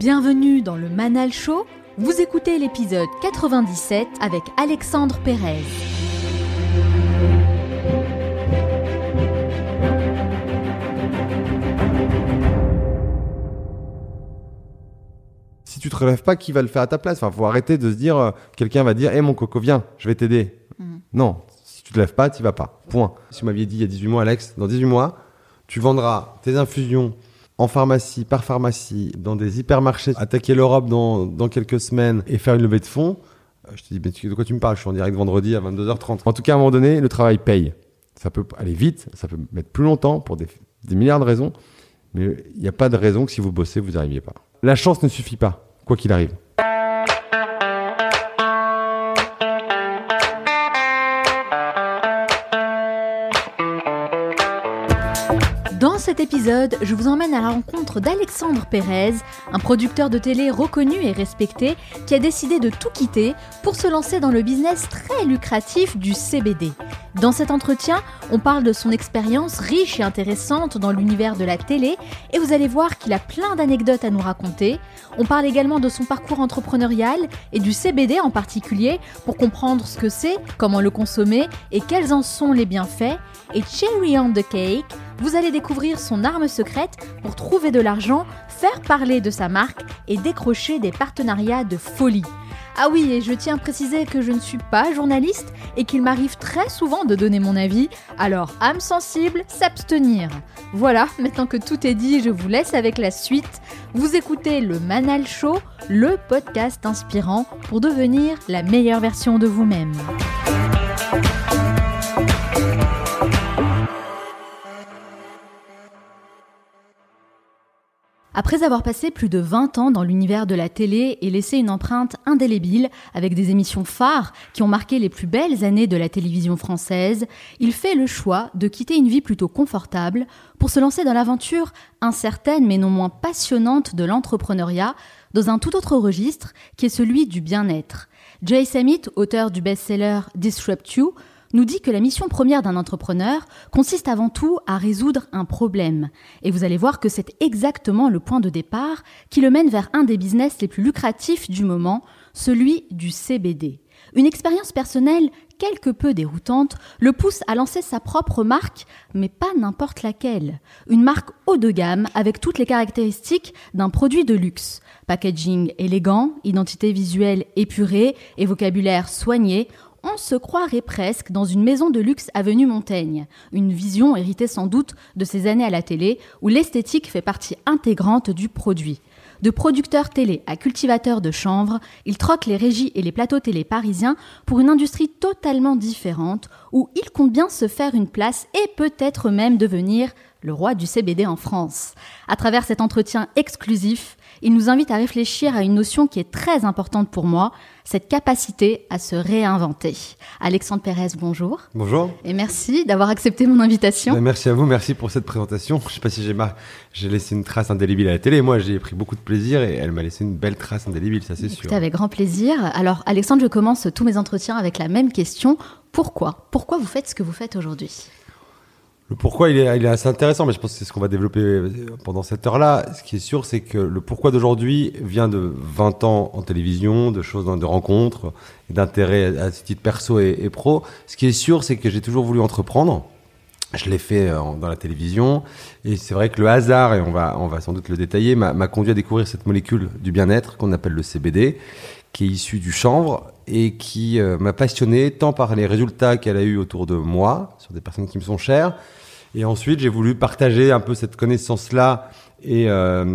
Bienvenue dans le Manal Show. Vous écoutez l'épisode 97 avec Alexandre Pérez. Si tu te relèves pas, qui va le faire à ta place? Faut arrêter de se dire, quelqu'un va dire, mon coco, viens, je vais t'aider. Non, si tu te lèves pas, tu vas pas. Point. Si vous m'aviez dit il y a 18 mois, Alex, dans 18 mois, tu vendras tes infusions en pharmacie, par pharmacie, dans des hypermarchés, attaquer l'Europe dans quelques semaines et faire une levée de fonds. Je te dis, mais de quoi tu me parles? Je suis en direct vendredi à 22h30. En tout cas, à un moment donné, le travail paye. Ça peut aller vite, ça peut mettre plus longtemps pour des milliards de raisons, mais il n'y a pas de raison que si vous bossez, vous n'y arriviez pas. La chance ne suffit pas, quoi qu'il arrive. Dans cet épisode, je vous emmène à la rencontre d'Alexandre Pérez, un producteur de télé reconnu et respecté qui a décidé de tout quitter pour se lancer dans le business très lucratif du CBD. Dans cet entretien, on parle de son expérience riche et intéressante dans l'univers de la télé et vous allez voir qu'il a plein d'anecdotes à nous raconter. On parle également de son parcours entrepreneurial et du CBD en particulier pour comprendre ce que c'est, comment le consommer et quels en sont les bienfaits. Et cherry on the cake, vous allez découvrir son arme secrète pour trouver de l'argent, faire parler de sa marque et décrocher des partenariats de folie. Ah oui, et je tiens à préciser que je ne suis pas journaliste et qu'il m'arrive très souvent de donner mon avis, alors âme sensible, s'abstenir. Voilà, maintenant que tout est dit, je vous laisse avec la suite. Vous écoutez le Manal Show, le podcast inspirant pour devenir la meilleure version de vous-même. Après avoir passé plus de 20 ans dans l'univers de la télé et laissé une empreinte indélébile avec des émissions phares qui ont marqué les plus belles années de la télévision française, il fait le choix de quitter une vie plutôt confortable pour se lancer dans l'aventure incertaine mais non moins passionnante de l'entrepreneuriat dans un tout autre registre qui est celui du bien-être. Jay Samit, auteur du best-seller Disrupt You, nous dit que la mission première d'un entrepreneur consiste avant tout à résoudre un problème. Et vous allez voir que c'est exactement le point de départ qui le mène vers un des business les plus lucratifs du moment, celui du CBD. Une expérience personnelle quelque peu déroutante le pousse à lancer sa propre marque, mais pas n'importe laquelle. Une marque haut de gamme avec toutes les caractéristiques d'un produit de luxe. Packaging élégant, identité visuelle épurée et vocabulaire soigné. On se croirait presque dans une maison de luxe avenue Montaigne, une vision héritée sans doute de ces années à la télé où l'esthétique fait partie intégrante du produit. De producteur télé à cultivateur de chanvre, il troque les régies et les plateaux télé parisiens pour une industrie totalement différente où il compte bien se faire une place et peut-être même devenir le roi du CBD en France. À travers cet entretien exclusif, il nous invite à réfléchir à une notion qui est très importante pour moi, cette capacité à se réinventer. Alexandre Pérez, bonjour. Bonjour. Et merci d'avoir accepté mon invitation. Merci à vous, merci pour cette présentation. Je ne sais pas si j'ai laissé une trace indélébile à la télé. Moi, j'ai pris beaucoup de plaisir et elle m'a laissé une belle trace indélébile, ça c'est sûr. Écoutez, avec grand plaisir. Alors, Alexandre, je commence tous mes entretiens avec la même question. Pourquoi vous faites ce que vous faites aujourd'hui ? Le pourquoi, il est assez intéressant, mais je pense que c'est ce qu'on va développer pendant cette heure-là. Ce qui est sûr, c'est que le pourquoi d'aujourd'hui vient de 20 ans en télévision, de choses, de rencontres, et d'intérêts à titre perso et pro. Ce qui est sûr, c'est que j'ai toujours voulu entreprendre. Je l'ai fait dans la télévision. Et c'est vrai que le hasard, et on va sans doute le détailler, m'a conduit à découvrir cette molécule du bien-être qu'on appelle le CBD, qui est issue du chanvre et qui m'a passionné tant par les résultats qu'elle a eu autour de moi, sur des personnes qui me sont chères. Et ensuite, j'ai voulu partager un peu cette connaissance-là et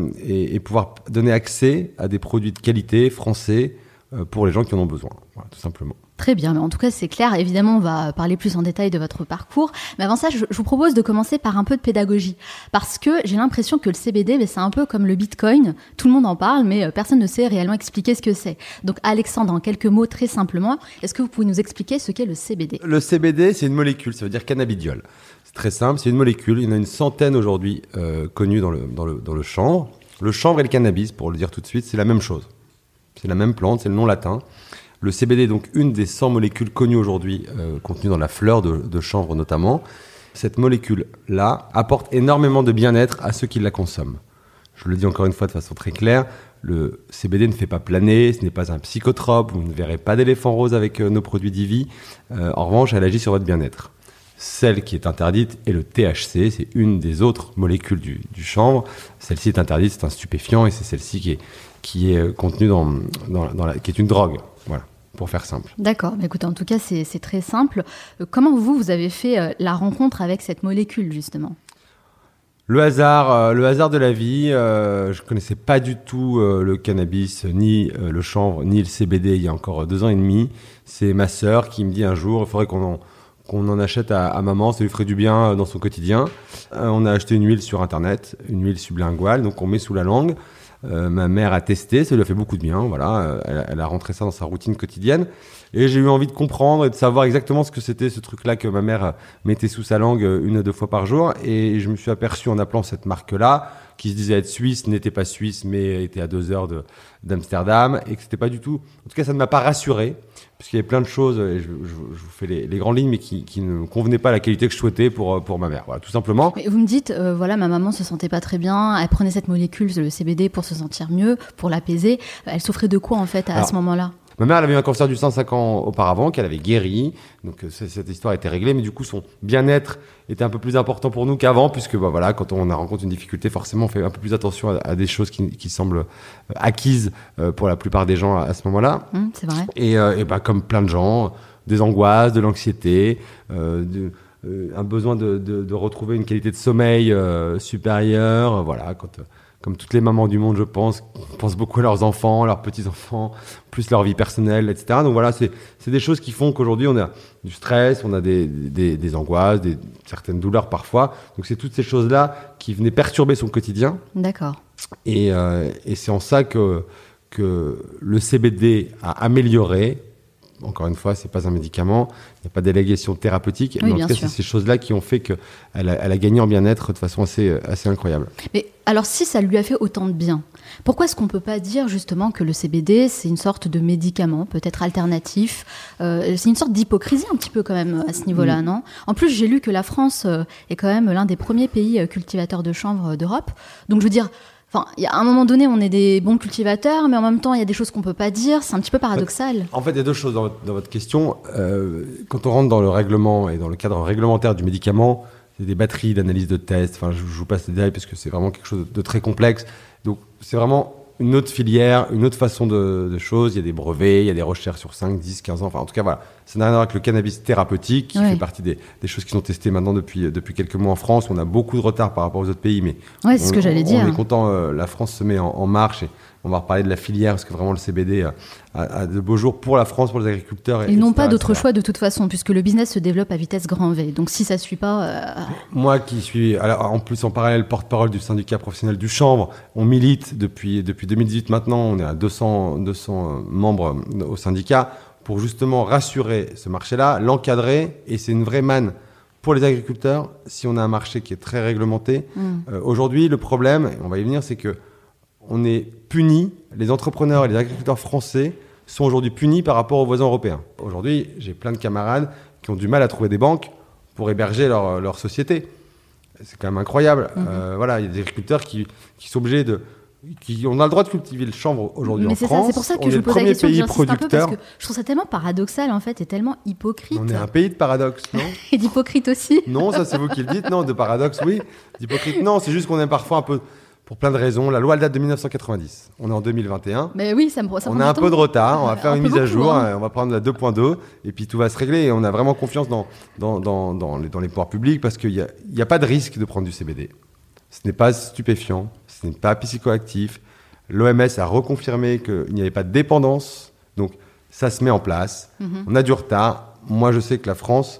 pouvoir donner accès à des produits de qualité français pour les gens qui en ont besoin, voilà, tout simplement. Très bien, mais en tout cas c'est clair, évidemment on va parler plus en détail de votre parcours, mais avant ça je vous propose de commencer par un peu de pédagogie, parce que j'ai l'impression que le CBD c'est un peu comme le Bitcoin, tout le monde en parle mais personne ne sait réellement expliquer ce que c'est. Donc Alexandre, en quelques mots très simplement, est-ce que vous pouvez nous expliquer ce qu'est le CBD ? Le CBD c'est une molécule, ça veut dire cannabidiol. C'est très simple, c'est une molécule, il y en a une centaine aujourd'hui connues dans le chanvre. Le chanvre et le cannabis, pour le dire tout de suite, c'est la même chose. C'est la même plante, c'est le nom latin. Le CBD est donc une des 100 molécules connues aujourd'hui, contenues dans la fleur de chanvre notamment. Cette molécule-là apporte énormément de bien-être à ceux qui la consomment. Je le dis encore une fois de façon très claire, le CBD ne fait pas planer, ce n'est pas un psychotrope, vous ne verrez pas d'éléphant rose avec nos produits Divi. En revanche, elle agit sur votre bien-être. Celle qui est interdite est le THC, c'est une des autres molécules du chanvre. Celle-ci est interdite, c'est un stupéfiant et c'est celle-ci qui est contenue qui est une drogue. Voilà, pour faire simple. D'accord, mais écoutez, en tout cas, c'est très simple. Comment vous avez fait la rencontre avec cette molécule, justement ? Le hasard de la vie. Je connaissais pas du tout le cannabis, ni le chanvre, ni le CBD il y a encore 2 ans et demi. C'est ma sœur qui me dit un jour, il faudrait qu'on en achète à maman, ça lui ferait du bien dans son quotidien. On a acheté une huile sur Internet, une huile sublinguale, donc on met sous la langue. Ma mère a testé, ça lui a fait beaucoup de bien. Voilà, elle a rentré ça dans sa routine quotidienne. Et j'ai eu envie de comprendre et de savoir exactement ce que c'était ce truc-là que ma mère mettait sous sa langue 1 à 2 fois par jour. Et je me suis aperçu en appelant cette marque-là, qui se disait être suisse, n'était pas suisse, mais était à 2 heures d'Amsterdam, et que c'était pas du tout... En tout cas, ça ne m'a pas rassuré, puisqu'il y avait plein de choses, et je vous fais les grandes lignes, mais qui ne convenaient pas à la qualité que je souhaitais pour ma mère. Voilà, tout simplement. Mais vous me dites, voilà, ma maman se sentait pas très bien, elle prenait cette molécule, le CBD, pour se sentir mieux, pour l'apaiser. Elle souffrait de quoi, en fait, à ce moment-là ? Ma mère, elle avait eu un cancer du sein 5 ans auparavant, qu'elle avait guéri. Donc, cette histoire était réglée. Mais du coup, son bien-être était un peu plus important pour nous qu'avant, puisque, voilà, quand on rencontre une difficulté, forcément, on fait un peu plus attention à des choses qui semblent acquises pour la plupart des gens à ce moment-là. C'est vrai. Et comme plein de gens, des angoisses, de l'anxiété, un besoin de retrouver une qualité de sommeil supérieure. Voilà, comme toutes les mamans du monde, je pense, pensent beaucoup à leurs enfants, leurs petits-enfants, plus leur vie personnelle, etc. Donc voilà, c'est des choses qui font qu'aujourd'hui, on a du stress, on a des angoisses, certaines douleurs parfois. Donc c'est toutes ces choses-là qui venaient perturber son quotidien. D'accord. Et c'est en ça que le CBD a amélioré. Encore une fois, c'est pas un médicament, il n'y a pas d'allégation thérapeutique, oui, mais en tout cas, c'est ces choses-là qui ont fait qu'elle a gagné en bien-être de façon assez incroyable. Mais alors, si ça lui a fait autant de bien, pourquoi est-ce qu'on ne peut pas dire justement que le CBD, c'est une sorte de médicament, peut-être alternatif c'est une sorte d'hypocrisie un petit peu quand même à ce niveau-là, non ? En plus, j'ai lu que la France est quand même l'un des premiers pays cultivateurs de chanvre d'Europe. Donc, je veux dire... Enfin, à un moment donné, on est des bons cultivateurs, mais en même temps, il y a des choses qu'on ne peut pas dire. C'est un petit peu paradoxal. En fait, il y a 2 choses dans votre question. Quand on rentre dans le règlement et dans le cadre réglementaire du médicament, c'est des batteries d'analyse de tests. Enfin, je vous passe les détails parce que c'est vraiment quelque chose de très complexe. Donc, c'est vraiment une autre filière, une autre façon de choses. Il y a des brevets, il y a des recherches sur 5, 10, 15 ans. Enfin, en tout cas, voilà. Ça n'a rien à voir avec le cannabis thérapeutique, qui fait partie des choses qui sont testées maintenant depuis quelques mois en France. On a beaucoup de retard par rapport aux autres pays, mais c'est ce que j'allais dire. On est content. La France se met en marche et on va reparler de la filière parce que vraiment le CBD a de beaux jours pour la France, pour les agriculteurs. Ils n'ont pas d'autre choix de toute façon, puisque le business se développe à vitesse grand V. Donc si ça ne suit pas... Moi qui suis en plus en parallèle porte-parole du syndicat professionnel du chanvre, on milite depuis 2018 maintenant, on est à 200 membres au syndicat pour justement rassurer ce marché-là, l'encadrer, et c'est une vraie manne pour les agriculteurs si on a un marché qui est très réglementé. Aujourd'hui, le problème, et on va y venir, c'est que on est punis, les entrepreneurs et les agriculteurs français sont aujourd'hui punis par rapport aux voisins européens. Aujourd'hui, j'ai plein de camarades qui ont du mal à trouver des banques pour héberger leur société. C'est quand même incroyable. Voilà, il y a des agriculteurs qui sont obligés on a le droit de cultiver le chanvre aujourd'hui en France. C'est pour ça que je vous pose la question, j'insiste un peu parce que je trouve ça tellement paradoxal en fait et tellement hypocrite. On est un pays de paradoxe, non ? Et d'hypocrite aussi. Non, ça c'est vous qui le dites, non, de paradoxe oui, d'hypocrite non, c'est juste qu'on est parfois un peu, pour plein de raisons, la loi elle date de 1990, on est en 2021. Mais oui, ça on a un peu de retard, on va faire une mise à jour, on va prendre la 2.2 et puis tout va se régler et on a vraiment confiance dans les pouvoirs publics parce qu'il n'y a pas de risque de prendre du CBD. Ce n'est pas stupéfiant, ce n'est pas psychoactif. L'OMS a reconfirmé qu'il n'y avait pas de dépendance, donc ça se met en place. On a du retard. Moi, je sais que la France,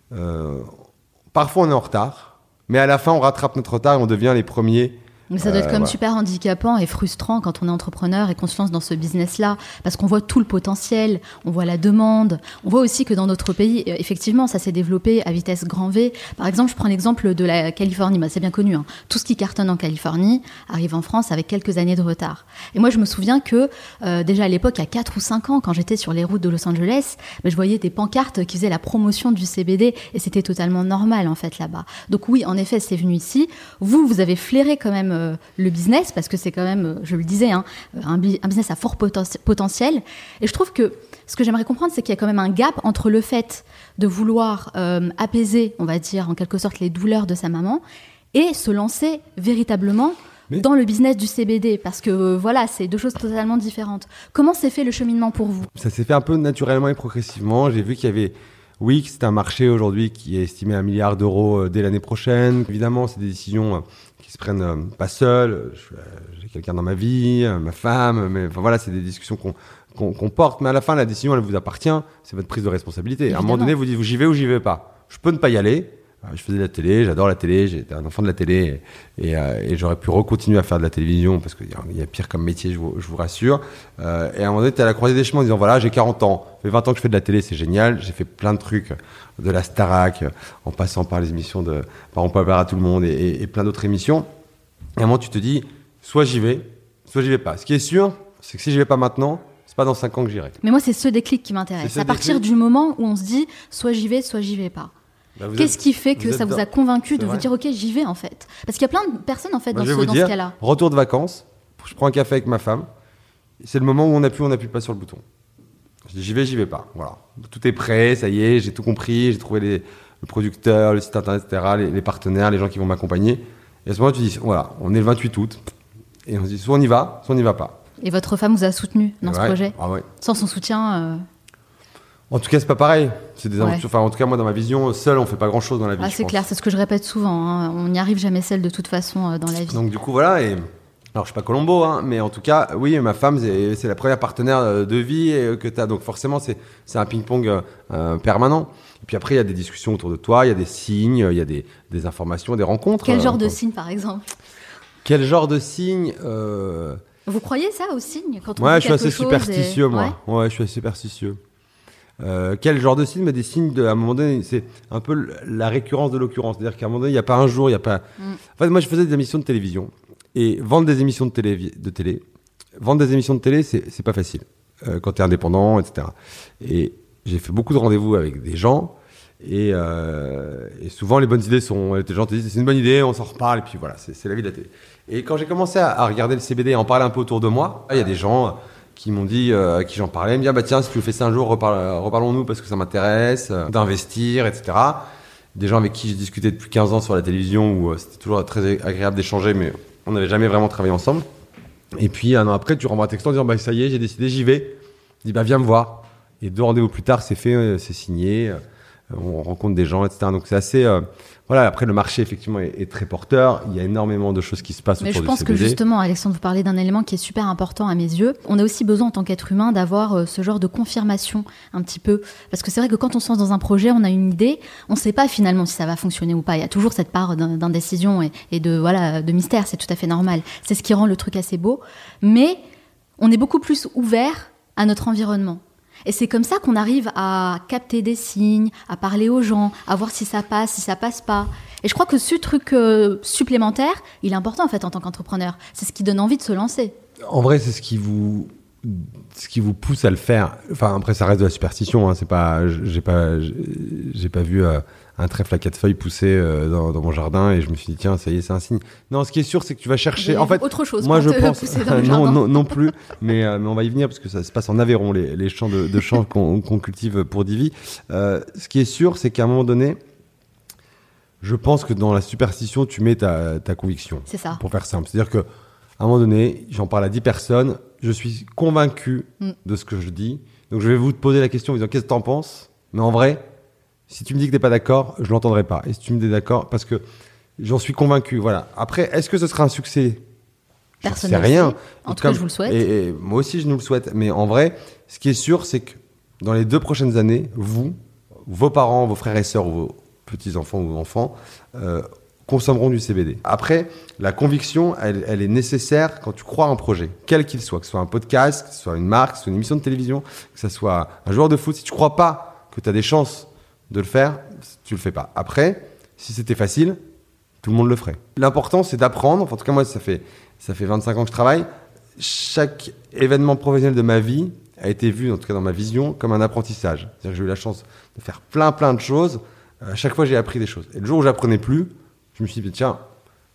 parfois on est en retard, mais à la fin, on rattrape notre retard et on devient les premiers. Mais ça doit être comme super handicapant et frustrant quand on est entrepreneur et qu'on se lance dans ce business-là, parce qu'on voit tout le potentiel, on voit la demande, on voit aussi que dans notre pays, effectivement, ça s'est développé à vitesse grand V. Par exemple, je prends l'exemple de la Californie, c'est bien connu, hein. Tout ce qui cartonne en Californie arrive en France avec quelques années de retard. Et moi, je me souviens que déjà à l'époque, il y a 4 ou 5 ans, quand j'étais sur les routes de Los Angeles, je voyais des pancartes qui faisaient la promotion du CBD et c'était totalement normal en fait là-bas. Donc oui, en effet, c'est venu ici. Vous avez flairé quand même même le business, parce que c'est quand même, je le disais, un business à fort potentiel. Et je trouve que ce que j'aimerais comprendre, c'est qu'il y a quand même un gap entre le fait de vouloir apaiser, on va dire, en quelque sorte, les douleurs de sa maman, et se lancer véritablement dans le business du CBD, parce que voilà, c'est deux choses totalement différentes. Comment s'est fait le cheminement pour vous ? Ça s'est fait un peu naturellement et progressivement. J'ai vu qu'il y avait, oui, que c'est un marché aujourd'hui qui est estimé à 1 milliard d'euros dès l'année prochaine. Évidemment, c'est des décisions qui se prennent pas seules. J'ai quelqu'un dans ma vie, ma femme, mais enfin, voilà, c'est des discussions qu'on porte. Mais à la fin, la décision, elle vous appartient. C'est votre prise de responsabilité. Évidemment. À un moment donné, vous dites, j'y vais ou j'y vais pas. Je peux ne pas y aller. Je faisais de la télé, j'adore la télé, j'étais un enfant de la télé et j'aurais pu recontinuer à faire de la télévision parce qu'il y a pire comme métier, je vous rassure. Et à un moment donné, tu es à la croisée des chemins en disant voilà, j'ai 40 ans, ça fait 20 ans que je fais de la télé, c'est génial, j'ai fait plein de trucs, de la Starac, en passant par les émissions par On peut parler à tout le monde et plein d'autres émissions. Et à un moment, tu te dis soit j'y vais pas. Ce qui est sûr, c'est que si j'y vais pas maintenant, c'est pas dans 5 ans que j'irai. Mais moi, c'est ce déclic qui m'intéresse. C'est à partir du moment où on se dit soit j'y vais pas. Qu'est-ce qui fait que ça vous a convaincu de vous dire ok, j'y vais en fait ? Parce qu'il y a plein de personnes en fait dans ce cas-là. Retour de vacances, je prends un café avec ma femme, c'est le moment où on appuie pas sur le bouton. Je dis j'y vais pas. Voilà. Tout est prêt, ça y est, j'ai tout compris, j'ai trouvé le producteur, le site internet, etc., les partenaires, les gens qui vont m'accompagner. Et à ce moment-là, tu dis voilà, on est le 28 août, et on se dit soit on y va, soit on n'y va pas. Et votre femme vous a soutenu dans ce projet ? Ah ouais. Sans son soutien En tout cas, c'est pas pareil. C'est des aventures. Enfin, en tout cas, moi, dans ma vision, seul, on fait pas grand-chose dans la vie. Ah, c'est clair, c'est ce que je répète souvent. Hein. On n'y arrive jamais seul de toute façon dans la vie. Donc, du coup, voilà. Et alors, je suis pas Colombo, hein, mais en tout cas, oui, ma femme, c'est la première partenaire de vie que tu as. Donc, forcément, c'est un ping-pong permanent. Et puis après, il y a des discussions autour de toi, il y a des signes, il y a des informations, des rencontres. Quel genre de signe, par exemple ? Quel genre de signe Vous croyez ça aux signes quand on Ouais, dit je suis assez chose superstitieux, moi. Ouais, je suis assez superstitieux. Quel genre de signe ? Mais des signes, à un moment donné, c'est un peu la récurrence de l'occurrence. C'est-à-dire qu'à un moment donné, il n'y a pas un jour, il n'y a pas... En fait, moi, je faisais des émissions de télévision. Et vendre des émissions de télé, vendre des émissions de télé, c'est pas facile. Quand tu es indépendant, etc. Et j'ai fait beaucoup de rendez-vous avec des gens. Et souvent, les bonnes idées sont... Les gens te disent, c'est une bonne idée, on s'en reparle. Et puis voilà, c'est la vie de la télé. Et quand j'ai commencé à regarder le CBD et en parler un peu autour de moi, il y a des gens... qui m'ont dit, à qui j'en parlais, ils me disaient, bah tiens, si tu fais ça un jour, reparlons-nous parce que ça m'intéresse, d'investir, etc. Des gens avec qui j'ai discuté depuis 15 ans sur la télévision, où c'était toujours très agréable d'échanger, mais on n'avait jamais vraiment travaillé ensemble. Et puis, un an après, tu renvoies un texto en disant, bah ça y est, j'ai décidé, j'y vais. Je dis, bah viens me voir. Et 2 rendez-vous plus tard, c'est fait, c'est signé, on rencontre des gens, etc. Donc c'est assez... Voilà, après le marché effectivement est très porteur, il y a énormément de choses qui se passent autour du CBD. Mais je pense que justement, Alexandre, vous parlez d'un élément qui est super important à mes yeux. On a aussi besoin en tant qu'être humain d'avoir ce genre de confirmation un petit peu. Parce que c'est vrai que quand on se lance dans un projet, on a une idée, on ne sait pas finalement si ça va fonctionner ou pas. Il y a toujours cette part d'indécision et de mystère, c'est tout à fait normal. C'est ce qui rend le truc assez beau. Mais on est beaucoup plus ouvert à notre environnement. Et c'est comme ça qu'on arrive à capter des signes, à parler aux gens, à voir si ça passe, si ça passe pas. Et je crois que ce truc supplémentaire, il est important en fait en tant qu'entrepreneur. C'est ce qui donne envie de se lancer. En vrai, c'est ce qui vous pousse à le faire. Enfin, après, ça reste de la superstition. Hein. C'est pas, j'ai pas vu un trèfle à 4 feuilles pousser dans mon jardin et je me suis dit tiens, ça y est, c'est un signe. Non, ce qui est sûr, c'est que tu vas chercher. En fait, autre chose. Moi, je pense non plus. Mais on va y venir parce que ça se passe en Aveyron, les champs de champs qu'on cultive pour Divi. Ce qui est sûr, c'est qu'à un moment donné, je pense que dans la superstition, tu mets ta conviction. C'est ça. Pour faire simple, c'est-à-dire que à un moment donné, j'en parle à 10 personnes, je suis convaincu de ce que je dis. Donc je vais vous poser la question en disant qu'est-ce que tu en penses ? Mais en vrai, si tu me dis que tu n'es pas d'accord, je ne l'entendrai pas. Et si tu me dis d'accord, parce que j'en suis convaincu. Voilà. Après, est-ce que ce sera un succès ? Personne ne sait rien. En tout cas, je vous le souhaite. Et moi aussi, je nous le souhaite. Mais en vrai, ce qui est sûr, c'est que dans les 2 prochaines années, vous, vos parents, vos frères et sœurs, ou vos petits-enfants ou enfants, consommeront du CBD. Après, la conviction, elle est nécessaire quand tu crois en un projet, quel qu'il soit, que ce soit un podcast, que ce soit une marque, que ce soit une émission de télévision, que ce soit un joueur de foot. Si tu ne crois pas que tu as des chances de le faire, tu ne le fais pas. Après, si c'était facile, tout le monde le ferait. L'important, c'est d'apprendre. Enfin, en tout cas, moi, ça fait 25 ans que je travaille. Chaque événement professionnel de ma vie a été vu, en tout cas dans ma vision, comme un apprentissage. C'est-à-dire que j'ai eu la chance de faire plein de choses. À chaque fois, j'ai appris des choses. Et le jour où j'apprenais plus, je me suis dit, tiens,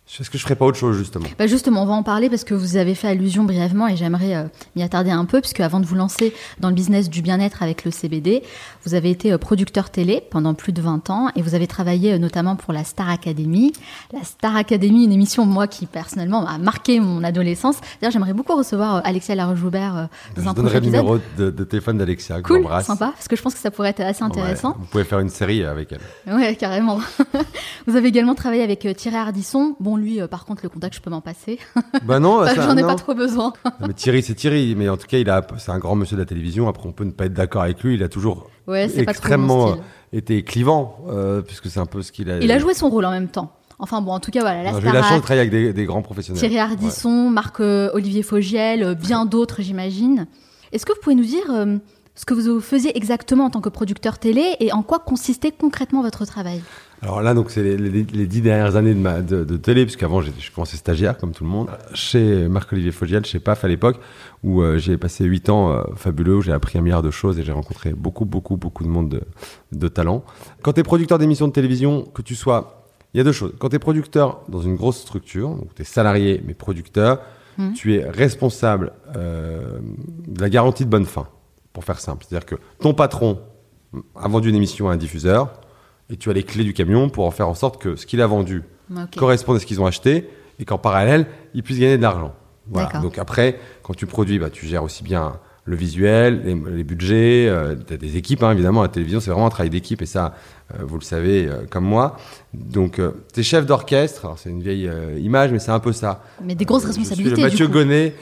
Est-ce que je ferais pas autre chose, justement? Justement, on va en parler parce que vous avez fait allusion brièvement et j'aimerais m'y attarder un peu, puisque avant de vous lancer dans le business du bien-être avec le CBD, vous avez été producteur télé pendant plus de 20 ans et vous avez travaillé notamment pour la Star Academy. La Star Academy, une émission, moi, qui personnellement a marqué mon adolescence. D'ailleurs, j'aimerais beaucoup recevoir Alexia Laroche-Joubert dans un prochain épisode. Je donnerai le numéro de téléphone d'Alexia, que cool, j'embrasse. Sympa, parce que je pense que ça pourrait être assez intéressant. Ouais, vous pouvez faire une série avec elle. Ouais, carrément. Vous avez également travaillé avec Thierry Ardisson. Bon, lui, par contre, le contact, je peux m'en passer. Non, j'en ai pas trop besoin. Non, mais Thierry, c'est Thierry. Mais en tout cas, c'est un grand monsieur de la télévision. Après, on peut ne pas être d'accord avec lui. Il a toujours extrêmement été clivant, puisque c'est un peu ce qu'il a. Il a joué son rôle en même temps. Enfin bon, en tout cas, voilà. J'ai eu la chance de travailler avec des grands professionnels. Thierry Ardisson, Marc-Olivier Fogiel, bien d'autres, j'imagine. Est-ce que vous pouvez nous dire ce que vous faisiez exactement en tant que producteur télé et en quoi consistait concrètement votre travail? Alors là, donc, c'est les 10 dernières années de télé, puisqu'avant, je commençais stagiaire, comme tout le monde, chez Marc-Olivier Fogiel, chez PAF à l'époque, où j'ai passé 8 ans fabuleux, où j'ai appris 1 milliard de choses et j'ai rencontré beaucoup de monde de talent. Quand tu es producteur d'émissions de télévision, que tu sois... Il y a 2 choses. Quand tu es producteur dans une grosse structure, donc tu es salarié, mais producteur, tu es responsable de la garantie de bonne fin, pour faire simple. C'est-à-dire que ton patron a vendu une émission à un diffuseur, et tu as les clés du camion pour en faire en sorte que ce qu'il a vendu corresponde à ce qu'ils ont acheté et qu'en parallèle, ils puissent gagner de l'argent. Voilà. Donc après, quand tu produis, tu gères aussi bien le visuel, les budgets, tu as des équipes, évidemment. La télévision, c'est vraiment un travail d'équipe et ça, vous le savez comme moi. Donc, tu es chef d'orchestre. Alors, c'est une vieille image, mais c'est un peu ça. Mais des grosses responsabilités. Je suis le Mathieu Gonnet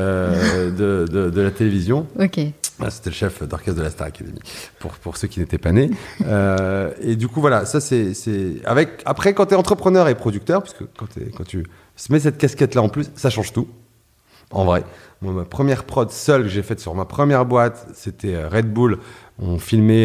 de la télévision. Ok. C'était le chef d'orchestre de la Star Academy, pour ceux qui n'étaient pas nés. Et du coup, voilà, ça c'est après, quand tu es entrepreneur et producteur, parce que quand tu mets cette casquette-là en plus, ça change tout. En vrai, moi, ma première prod seule que j'ai faite sur ma première boîte, c'était Red Bull. On filmait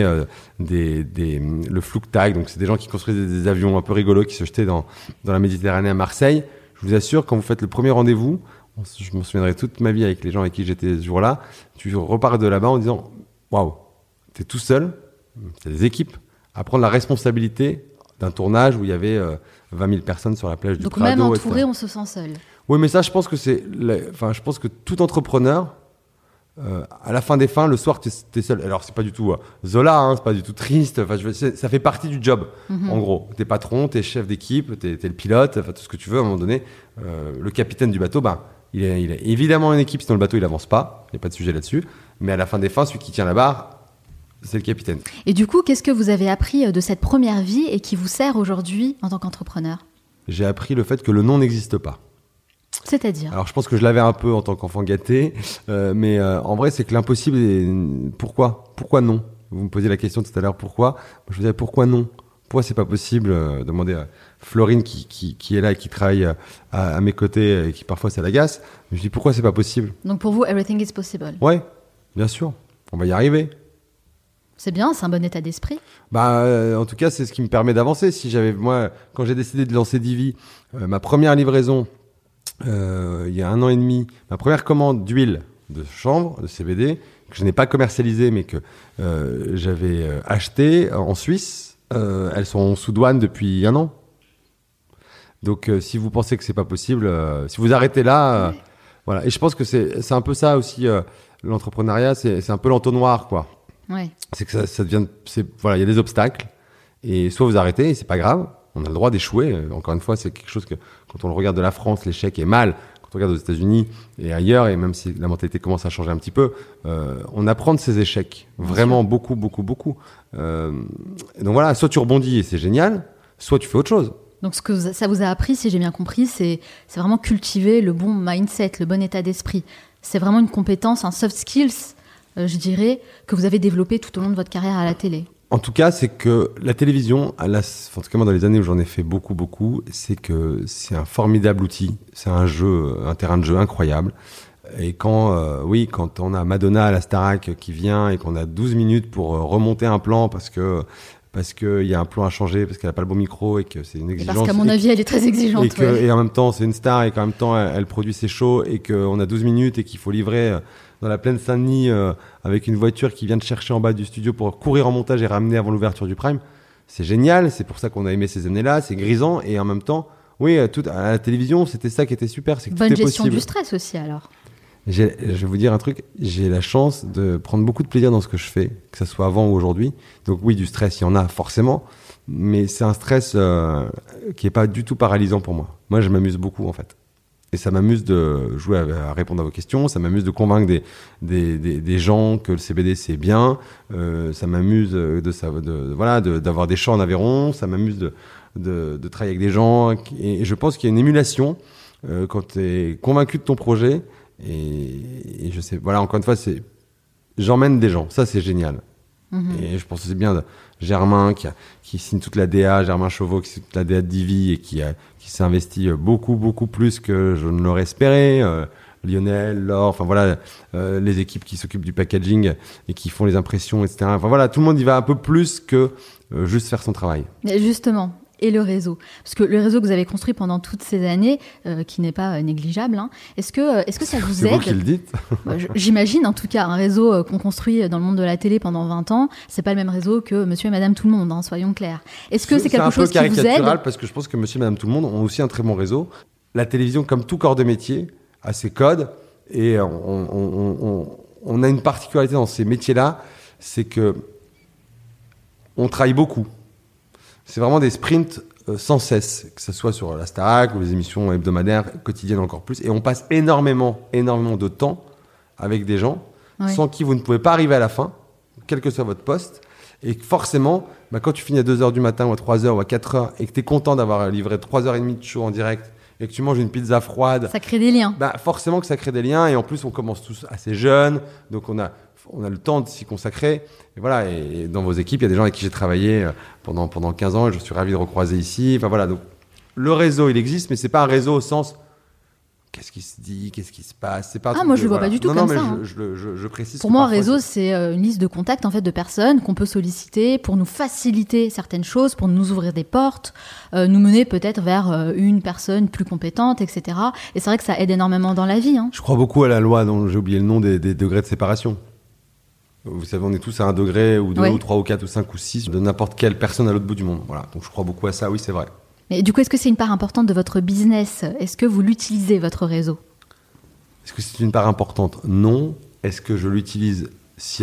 le Flugtag, donc c'est des gens qui construisaient des avions un peu rigolos qui se jetaient dans la Méditerranée à Marseille. Je vous assure, quand vous faites le premier rendez-vous, je m'en souviendrai toute ma vie avec les gens avec qui j'étais ce jour-là, tu repars de là-bas en disant « Waouh, t'es tout seul, t'as des équipes, à prendre la responsabilité d'un tournage où il y avait 20 000 personnes sur la plage du Prado. » Donc même entouré, on se sent seul. Oui, mais ça, je pense que je pense que tout entrepreneur, à la fin des fins, le soir, t'es seul. Alors, c'est pas du tout Zola, c'est pas du tout triste. Ça fait partie du job, en gros. T'es patron, t'es chef d'équipe, t'es le pilote, tout ce que tu veux. À un moment donné, le capitaine du bateau, il a évidemment une équipe, sinon le bateau, il avance pas. Il n'y a pas de sujet là-dessus. Mais à la fin des fins, celui qui tient la barre, c'est le capitaine. Et du coup, qu'est-ce que vous avez appris de cette première vie et qui vous sert aujourd'hui en tant qu'entrepreneur? J'ai appris le fait que le non n'existe pas. C'est-à-dire? Alors, je pense que je l'avais un peu en tant qu'enfant gâté, mais en vrai, c'est que l'impossible est... Pourquoi non? Vous me posiez la question tout à l'heure, pourquoi? Je vous disais, pourquoi non? Pourquoi c'est pas possible? Demandez à Florine qui est là et qui travaille à mes côtés et qui parfois ça l'agace. Je dis, pourquoi c'est pas possible? Donc pour vous, everything is possible? Ouais, bien sûr. On va y arriver. C'est bien, c'est un bon état d'esprit. En tout cas, c'est ce qui me permet d'avancer. Moi, quand j'ai décidé de lancer Divi, ma première livraison, il y a 1 an et demi, ma première commande d'huile de chanvre, de CBD, que je n'ai pas commercialisée, mais que j'avais achetée en Suisse, elles sont sous douane depuis 1 an. Donc, si vous pensez que c'est pas possible, si vous arrêtez là, voilà. Et je pense que c'est un peu ça aussi, l'entrepreneuriat, c'est un peu l'entonnoir, quoi. Ouais. C'est que ça devient, voilà, il y a des obstacles, et soit vous arrêtez, et c'est pas grave. On a le droit d'échouer. Encore une fois, c'est quelque chose que, quand on le regarde de la France, l'échec est mal. Quand on regarde aux États-Unis et ailleurs, et même si la mentalité commence à changer un petit peu, on apprend de ces échecs. Vraiment beaucoup. Donc voilà, soit tu rebondis et c'est génial, soit tu fais autre chose. Donc ce que ça vous a appris, si j'ai bien compris, c'est vraiment cultiver le bon mindset, le bon état d'esprit. C'est vraiment une compétence, un soft skills, je dirais, que vous avez développé tout au long de votre carrière à la télé. En tout cas, c'est que la télévision, en tout cas moi dans les années où j'en ai fait beaucoup, c'est que c'est un formidable outil, c'est un terrain de jeu incroyable. Et quand on a Madonna à la Starac qui vient et qu'on a 12 minutes pour remonter un plan parce qu'il y a un plan à changer, parce qu'elle n'a pas le bon micro et que c'est une exigence. Parce qu'à mon avis, elle est très exigeante. Et en même temps, c'est une star et qu'en même temps, elle produit ses shows et qu'on a 12 minutes et qu'il faut livrer dans la plaine Saint-Denis avec une voiture qui vient de chercher en bas du studio pour courir en montage et ramener avant l'ouverture du prime. C'est génial, c'est pour ça qu'on a aimé ces années-là, c'est grisant et en même temps, Oui, à la télévision, c'était ça qui était super, c'est que Bonne tout est gestion possible. du stress aussi, alors. Je vais vous dire un truc, j'ai la chance de prendre beaucoup de plaisir dans ce que je fais, que ce soit avant ou aujourd'hui. Donc oui, du stress, il y en a forcément, mais c'est un stress qui est pas du tout paralysant pour moi. Moi, je m'amuse beaucoup en fait. Et ça m'amuse de jouer à répondre à vos questions, ça m'amuse de convaincre des gens que le CBD c'est bien, ça m'amuse d'avoir des champs en Aveyron, ça m'amuse de travailler avec des gens. Et je pense qu'il y a une émulation quand tu es convaincu de ton projet. Et je sais, voilà, encore une fois, j'emmène des gens, ça c'est génial. Et je pense que c'est bien Germain qui signe toute la DA, Germain Chauveau qui signe toute la DA de Divi et qui s'est investi beaucoup plus que je ne l'aurais espéré. Lionel, Laure, enfin voilà, les équipes qui s'occupent du packaging et qui font les impressions, etc. Enfin voilà, tout le monde y va un peu plus que juste faire son travail. Mais justement. Et le réseau, parce que le réseau que vous avez construit pendant toutes ces années, qui n'est pas négligeable, hein, est-ce que ça vous aide ? C'est vous qui le dites. J'imagine, en tout cas, un réseau qu'on construit dans le monde de la télé pendant 20 ans, c'est pas le même réseau que Monsieur et Madame Tout le Monde, hein, soyons clairs. Est-ce que c'est quelque chose qui vous aide ? C'est un peu caricatural parce que je pense que Monsieur et Madame Tout le Monde ont aussi un très bon réseau. La télévision, comme tout corps de métier, a ses codes et on a une particularité dans ces métiers-là, c'est que on travaille beaucoup. C'est vraiment des sprints sans cesse, que ce soit sur la Starac ou les émissions hebdomadaires, quotidiennes encore plus. Et on passe énormément de temps avec des gens sans qui vous ne pouvez pas arriver à la fin, quel que soit votre poste. Et forcément, quand tu finis à 2h du matin ou à 3h ou à 4h et que tu es content d'avoir livré 3h30 de show en direct et que tu manges une pizza froide... Ça crée des liens. Forcément que ça crée des liens. Et en plus, on commence tous assez jeunes. Donc on a le temps de s'y consacrer. Et voilà, et dans vos équipes, il y a des gens avec qui j'ai travaillé pendant 15 ans et je suis ravi de recroiser ici. Enfin voilà, donc le réseau, il existe, mais c'est pas un réseau au sens qu'est-ce qui se dit, qu'est-ce qui se passe. C'est pas moi je le vois pas du tout comme ça. Non, mais je précise. Pour moi, un réseau, c'est une liste de contacts en fait de personnes qu'on peut solliciter pour nous faciliter certaines choses, pour nous ouvrir des portes, nous mener peut-être vers une personne plus compétente, etc. Et c'est vrai que ça aide énormément dans la vie. Hein. Je crois beaucoup à la loi dont j'ai oublié le nom des degrés de séparation. Vous savez, on est tous à un degré, ou 2, ou 3, ou 4, ou 5, ou 6 de n'importe quelle personne à l'autre bout du monde. Voilà. Donc je crois beaucoup à ça, oui, c'est vrai. Mais du coup, est-ce que c'est une part importante de votre business ? Est-ce que vous l'utilisez, votre réseau ? Est-ce que c'est une part importante ? Non. Est-ce que je l'utilise sciemment ?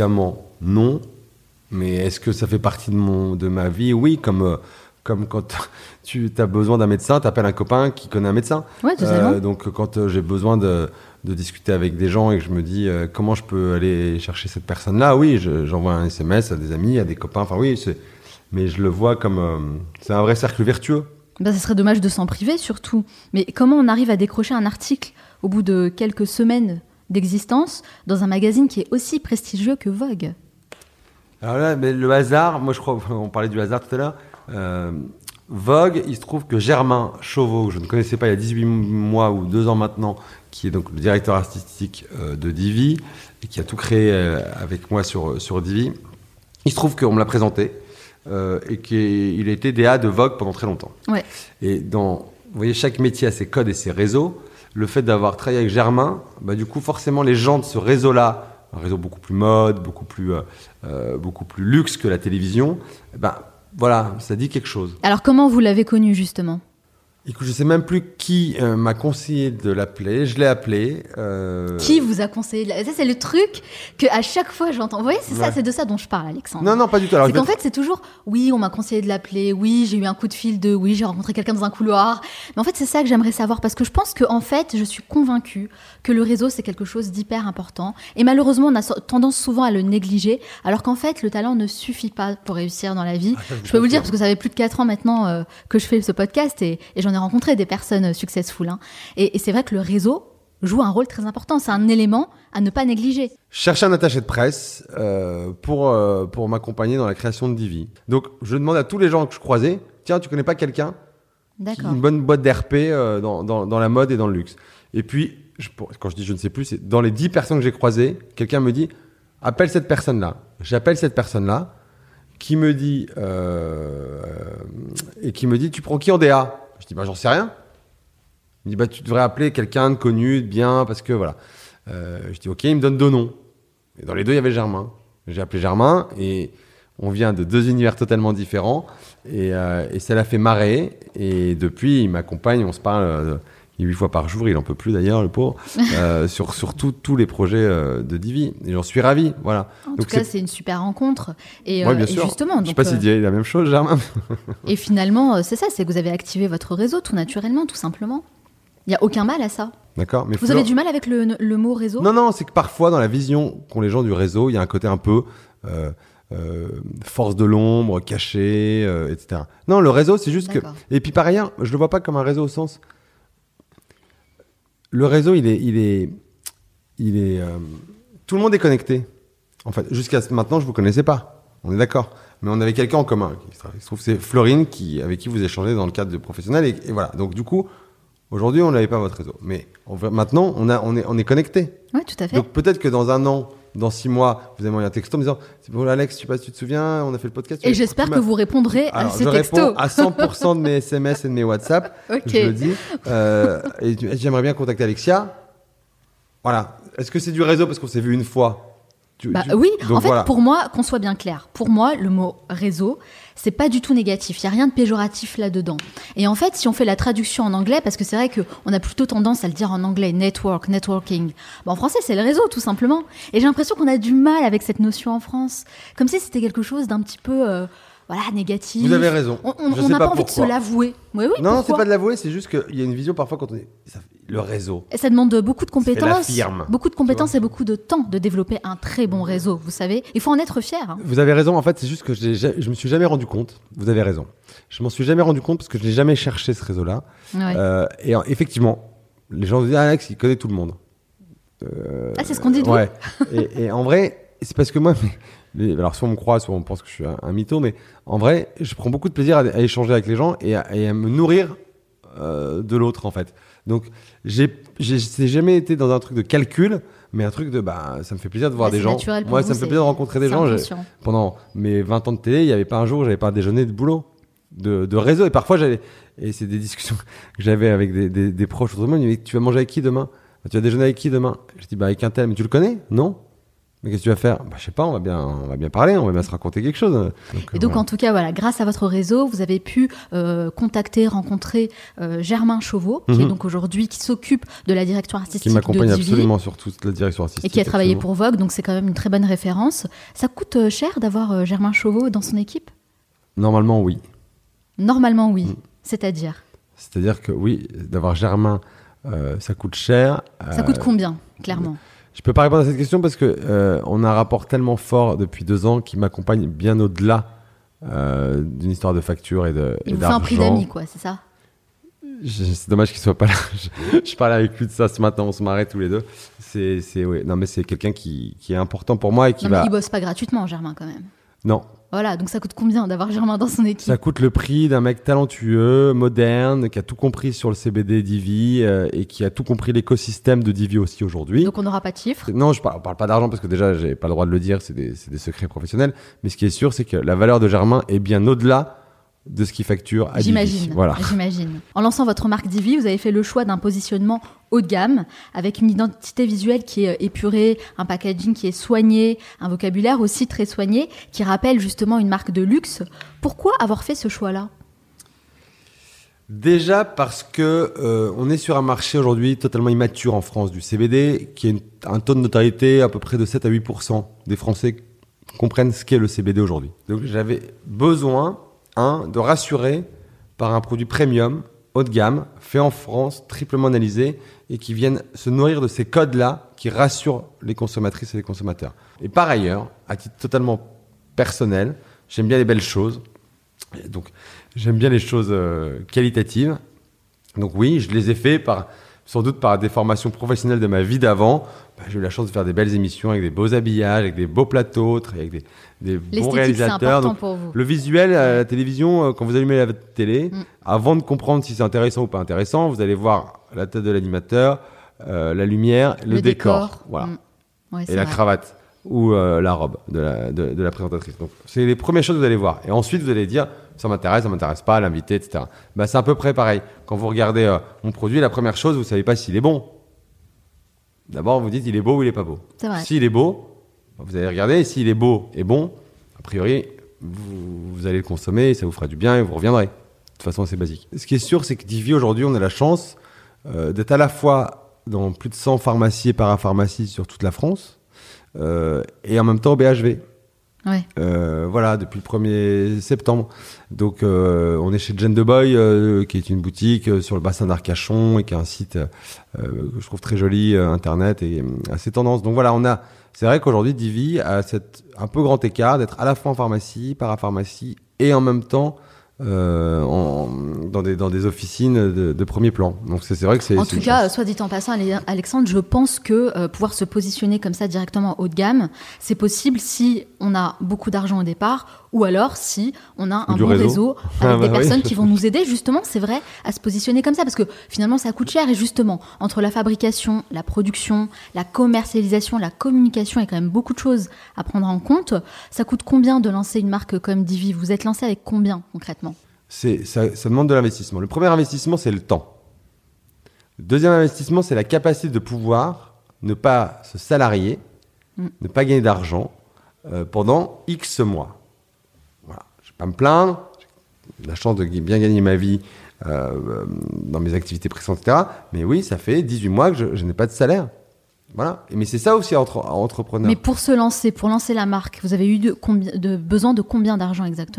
Non. Mais est-ce que ça fait partie de ma vie ? Oui, comme quand tu as besoin d'un médecin, tu appelles un copain qui connaît un médecin. Ouais, totalement. Donc quand j'ai besoin de discuter avec des gens et que je me dis comment je peux aller chercher cette personne-là, oui, j'envoie un SMS à des amis, à des copains, enfin oui, mais je le vois comme... c'est un vrai cercle vertueux. Ça serait dommage de s'en priver surtout. Mais comment on arrive à décrocher un article au bout de quelques semaines d'existence dans un magazine qui est aussi prestigieux que Vogue ? Alors là, mais le hasard, moi je crois, on parlait du hasard tout à l'heure, Vogue, il se trouve que Germain Chauveau, je ne connaissais pas il y a 18 mois ou 2 ans maintenant, qui est donc le directeur artistique de Divi et qui a tout créé avec moi sur Divi, il se trouve qu'on me l'a présenté et qu'il a été DA de Vogue pendant très longtemps. Ouais. Et vous voyez, chaque métier a ses codes et ses réseaux. Le fait d'avoir travaillé avec Germain, du coup, forcément, les gens de ce réseau-là, un réseau beaucoup plus mode, beaucoup plus luxe que la télévision, voilà, ça dit quelque chose. Alors, comment vous l'avez connu, justement ? Écoute, je sais même plus qui m'a conseillé de l'appeler. Je l'ai appelé. Qui vous a conseillé Ça, c'est le truc que à chaque fois j'entends. Vous voyez, c'est de ça dont je parle, Alexandre. Non, pas du tout. Alors, c'est qu'en fait, c'est toujours oui, on m'a conseillé de l'appeler. Oui, j'ai eu un coup de fil oui, j'ai rencontré quelqu'un dans un couloir. Mais en fait, c'est ça que j'aimerais savoir parce que je pense que en fait, je suis convaincue que le réseau c'est quelque chose d'hyper important. Et malheureusement, on a tendance souvent à le négliger, alors qu'en fait, le talent ne suffit pas pour réussir dans la vie. Je peux vous le dire parce que ça fait plus de 4 ans maintenant que je fais ce podcast et j'en ai rencontré des personnes successful. Hein. Et c'est vrai que le réseau joue un rôle très important. C'est un élément à ne pas négliger. Chercher un attaché de presse pour m'accompagner dans la création de Divi. Donc, je demande à tous les gens que je croisais, tiens, tu connais pas quelqu'un qui a une bonne boîte d'RP dans la mode et dans le luxe. Et puis, quand je dis je ne sais plus, c'est dans les 10 personnes que j'ai croisées, quelqu'un me dit, appelle cette personne-là. J'appelle cette personne-là qui me dit, tu prends qui en DA ? Je dis, j'en sais rien. Il me dit, tu devrais appeler quelqu'un de connu, de bien, parce que voilà. Je dis, ok, il me donne 2 noms. Et dans les 2, il y avait Germain. J'ai appelé Germain et On vient de 2 univers totalement différents et ça l'a fait marrer. Et depuis, il m'accompagne, on se parle 8 fois par jour, il en peut plus d'ailleurs, le pauvre, sur tous les projets de Divi. Et j'en suis ravi, voilà. En tout cas, c'est une super rencontre. Et, bien et sûr. justement, je sais pas s'il dit la même chose, Germain. Et finalement, c'est ça, c'est que vous avez activé votre réseau tout naturellement, tout simplement. Il n'y a aucun mal à ça. D'accord. Mais vous avez du mal avec le mot réseau ? Non, c'est que parfois, dans la vision qu'ont les gens du réseau, il y a un côté un peu force de l'ombre, caché, etc. Non, le réseau, c'est juste D'accord. que... Et puis par ailleurs, je le vois pas comme un réseau au sens... Le réseau, il est tout le monde est connecté. En fait, jusqu'à maintenant, je vous connaissais pas. On est d'accord. Mais on avait quelqu'un en commun. Il se trouve que c'est Florine avec qui vous échangez dans le cadre de professionnel. Et voilà. Donc du coup, aujourd'hui, on n'avait pas votre réseau. Mais maintenant, on est connecté. Oui, tout à fait. Donc peut-être que dans 1 an, dans 6 mois, vous avez envoyé un texto en me disant « Bon, Alex, je sais pas si tu te souviens, on a fait le podcast. » Et j'espère que vous répondrez à ces textos. Je réponds à 100% de mes SMS et de mes WhatsApp. Ok. Je le dis. Et j'aimerais bien contacter Alexia. Voilà. Est-ce que c'est du réseau parce qu'on s'est vu une fois ? Oui, donc, en fait, voilà. pour moi, qu'on soit bien clair, pour moi, le mot réseau, c'est pas du tout négatif. Il n'y a rien de péjoratif là-dedans. Et en fait, si on fait la traduction en anglais, parce que c'est vrai qu'on a plutôt tendance à le dire en anglais, networking. En français, c'est le réseau, tout simplement. Et j'ai l'impression qu'on a du mal avec cette notion en France. Comme si c'était quelque chose d'un petit peu... négatif. Vous avez raison. On n'a pas envie de se l'avouer. Oui, non, pourquoi ? c'est pas de l'avouer, c'est juste qu'il y a une vision parfois quand on est... Le réseau. Et ça demande beaucoup de compétences. Beaucoup de compétences et beaucoup de temps de développer un très bon réseau, vous savez. Il faut en être fier. Hein. Vous avez raison, en fait, c'est juste que je me suis jamais rendu compte. Vous avez raison. Je m'en suis jamais rendu compte parce que je n'ai jamais cherché ce réseau-là. Ouais. Et effectivement, les gens disent Alex, il connaît tout le monde. C'est ce qu'on dit de ouais. Et en vrai, c'est parce que moi... alors soit on me croit, soit on pense que je suis un mytho, mais en vrai, je prends beaucoup de plaisir à échanger avec les gens et à me nourrir de l'autre en fait. Donc j'ai jamais été dans un truc de calcul, mais un truc de ça me fait plaisir de voir des gens. Moi, ça me fait plaisir de rencontrer des gens. Pendant mes 20 ans de télé, il n'y avait pas un jour où j'avais pas déjeuné de boulot, de réseau. Et parfois et c'est des discussions que j'avais avec des proches autour de moi. Ils me disaient, tu vas manger avec qui demain ? Tu vas déjeuner avec qui demain ? Je dis avec un tel, mais tu le connais ? Non ? Mais qu'est-ce que tu vas faire ? Je sais pas, on va bien parler, on va bien se raconter quelque chose. Et donc, en tout cas, voilà, grâce à votre réseau, vous avez pu rencontrer Germain Chauveau, qui est donc aujourd'hui, qui s'occupe de la direction artistique de Divi. Qui m'accompagne absolument sur toute la direction artistique. Et qui a travaillé pour Vogue, donc c'est quand même une très bonne référence. Ça coûte cher d'avoir Germain Chauveau dans son équipe ? Normalement, oui. Normalement, oui. C'est-à-dire ? C'est-à-dire que oui, d'avoir Germain, ça coûte cher. Ça coûte combien, clairement ? Je peux pas répondre à cette question parce que on a un rapport tellement fort depuis 2 ans qui m'accompagne bien au-delà d'une histoire de facture et d'argent. Il vous fait un prix d'amis, quoi, c'est ça ? C'est dommage qu'il soit pas là. Je parlais avec lui de ça ce matin, on se marrait tous les deux. Ouais. Non, mais c'est quelqu'un qui est important pour moi et qui mais il bosse pas gratuitement, Germain, quand même. Non. Voilà, donc ça coûte combien d'avoir Germain dans son équipe ? Ça coûte le prix d'un mec talentueux, moderne, qui a tout compris sur le CBD Divi et qui a tout compris l'écosystème de Divi aussi aujourd'hui. Donc on n'aura pas de chiffres ? Non, on parle pas d'argent parce que déjà, j'ai pas le droit de le dire, c'est des secrets professionnels. Mais ce qui est sûr, c'est que la valeur de Germain est bien au-delà de ce qu'il facture à Divi. Voilà. J'imagine. En lançant votre marque Divi, vous avez fait le choix d'un positionnement haut de gamme, avec une identité visuelle qui est épurée, un packaging qui est soigné, un vocabulaire aussi très soigné, qui rappelle justement une marque de luxe. Pourquoi avoir fait ce choix-là ? Déjà parce que on est sur un marché aujourd'hui totalement immature en France du CBD, qui a un taux de notoriété à peu près de 7 à 8% des Français comprennent ce qu'est le CBD aujourd'hui. Donc j'avais besoin de rassurer par un produit premium, haut de gamme, fait en France, triplement analysé, et qui viennent se nourrir de ces codes-là qui rassurent les consommatrices et les consommateurs. Et par ailleurs, à titre totalement personnel, j'aime bien les belles choses. Et donc, j'aime bien les choses qualitatives. Donc oui, je les ai fait sans doute par des formations professionnelles de ma vie d'avant. J'ai eu la chance de faire des belles émissions avec des beaux habillages, avec des beaux plateaux, avec des bons réalisateurs. C'est important pour vous. Le visuel à la télévision, quand vous allumez la télé, avant de comprendre si c'est intéressant ou pas intéressant, vous allez voir la tête de l'animateur, la lumière, le décor. Voilà. Ouais, et la cravate ou la robe de la présentatrice. Donc, c'est les premières choses que vous allez voir. Et ensuite, vous allez dire, ça m'intéresse pas, l'invité, etc. C'est à peu près pareil. Quand vous regardez mon produit, la première chose, vous savez pas s'il est bon. D'abord, vous dites, il est beau ou il est pas beau. C'est vrai. S'il est beau, vous allez regarder. Et s'il est beau et bon, a priori, vous allez le consommer, et ça vous fera du bien et vous reviendrez. De façon assez basique. Ce qui est sûr, c'est que Divi, aujourd'hui, on a la chance d'être à la fois dans plus de 100 pharmacies et parapharmacies sur toute la France, et en même temps au BHV. Ouais. Voilà, depuis le 1er septembre. Donc, on est chez Gen The Boy, qui est une boutique sur le bassin d'Arcachon et qui a un site que je trouve très joli, internet et assez tendance. Donc voilà, c'est vrai qu'aujourd'hui, Divi a un peu grand écart d'être à la fois en pharmacie, parapharmacie et en même temps dans des officines de premier plan. Donc c'est vrai que c'est... En tout cas, soit dit en passant, Alexandre, je pense que pouvoir se positionner comme ça directement haut de gamme, c'est possible si on a beaucoup d'argent au départ ou alors si on a un bon réseau avec des personnes qui vont nous aider, justement, c'est vrai, à se positionner comme ça. Parce que finalement, ça coûte cher et justement, entre la fabrication, la production, la commercialisation, la communication, il y a quand même beaucoup de choses à prendre en compte. Ça coûte combien de lancer une marque comme Divi ? Vous êtes lancé avec combien concrètement ? Ça demande de l'investissement. Le premier investissement, c'est le temps. Le deuxième investissement, c'est la capacité de pouvoir ne pas se salarier, ne pas gagner d'argent pendant X mois. Voilà. Je ne vais pas me plaindre. J'ai la chance de bien gagner ma vie dans mes activités précédentes, etc. Mais oui, ça fait 18 mois que je n'ai pas de salaire. Voilà. Mais c'est ça aussi entrepreneur. Mais pour lancer la marque, vous avez eu besoin de combien d'argent exactement ?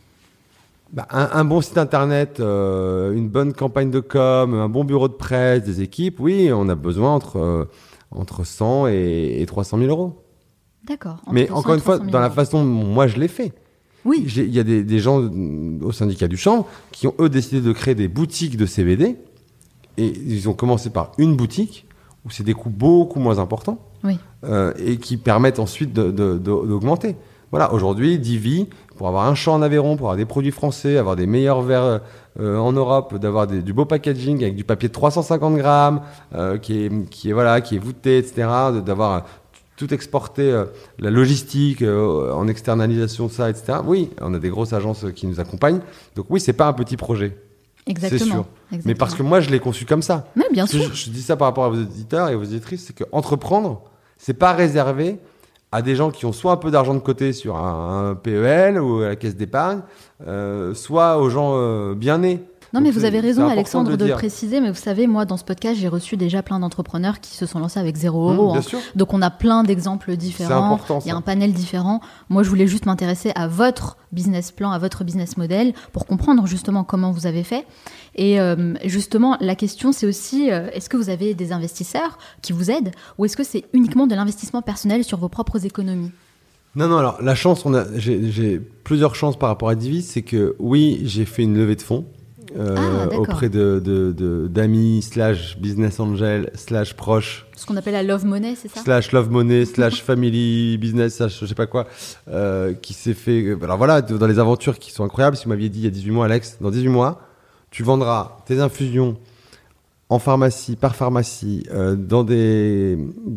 Un bon site internet, une bonne campagne de com, un bon bureau de presse, des équipes, oui, on a besoin entre 100 et 300 000 euros. D'accord. Mais encore une fois, dans la façon dont moi je l'ai fait. Oui. Il y a des gens au syndicat du chanvre qui ont, eux, décidé de créer des boutiques de CBD. Et ils ont commencé par une boutique où c'est des coûts beaucoup moins importants. Oui. Et qui permettent ensuite d'augmenter. Voilà, aujourd'hui, Divi, pour avoir un champ en Aveyron, pour avoir des produits français, avoir des meilleurs verres en Europe, d'avoir du beau packaging avec du papier de 350 grammes, qui est voûté, etc., d'avoir tout exporté, la logistique en externalisation de ça, etc. Oui, on a des grosses agences qui nous accompagnent. Donc oui, c'est pas un petit projet. Exactement. C'est sûr. Exactement. Mais parce que moi, je l'ai conçu comme ça. Oui, bien sûr. Je dis ça par rapport à vos auditeurs et vos auditrices, c'est qu'entreprendre, c'est pas réservé à des gens qui ont soit un peu d'argent de côté sur un PEL ou à la caisse d'épargne, soit aux gens bien nés. Non, mais vous avez raison, Alexandre, de dire. préciser. Mais vous savez, moi, dans ce podcast, j'ai reçu déjà plein d'entrepreneurs qui se sont lancés avec 0 €. Bien sûr. Donc, on a plein d'exemples différents. C'est important, ça. Il y a un panel différent. Moi, je voulais juste m'intéresser à votre business plan, à votre business model, pour comprendre justement comment vous avez fait. Et justement, la question, c'est aussi, est-ce que vous avez des investisseurs qui vous aident ou est-ce que c'est uniquement de l'investissement personnel sur vos propres économies ? Non, alors, la chance, j'ai plusieurs chances par rapport à Divi, c'est que oui, j'ai fait une levée de fonds. Auprès d'amis / business angel / proches. Ce qu'on appelle la love money, c'est ça ? / love money / family business / je sais pas quoi, qui s'est fait. Alors voilà, dans les aventures qui sont incroyables. Si vous m'aviez dit il y a 18 mois, Alex, dans 18 mois, tu vendras tes infusions en pharmacie, par pharmacie, dans des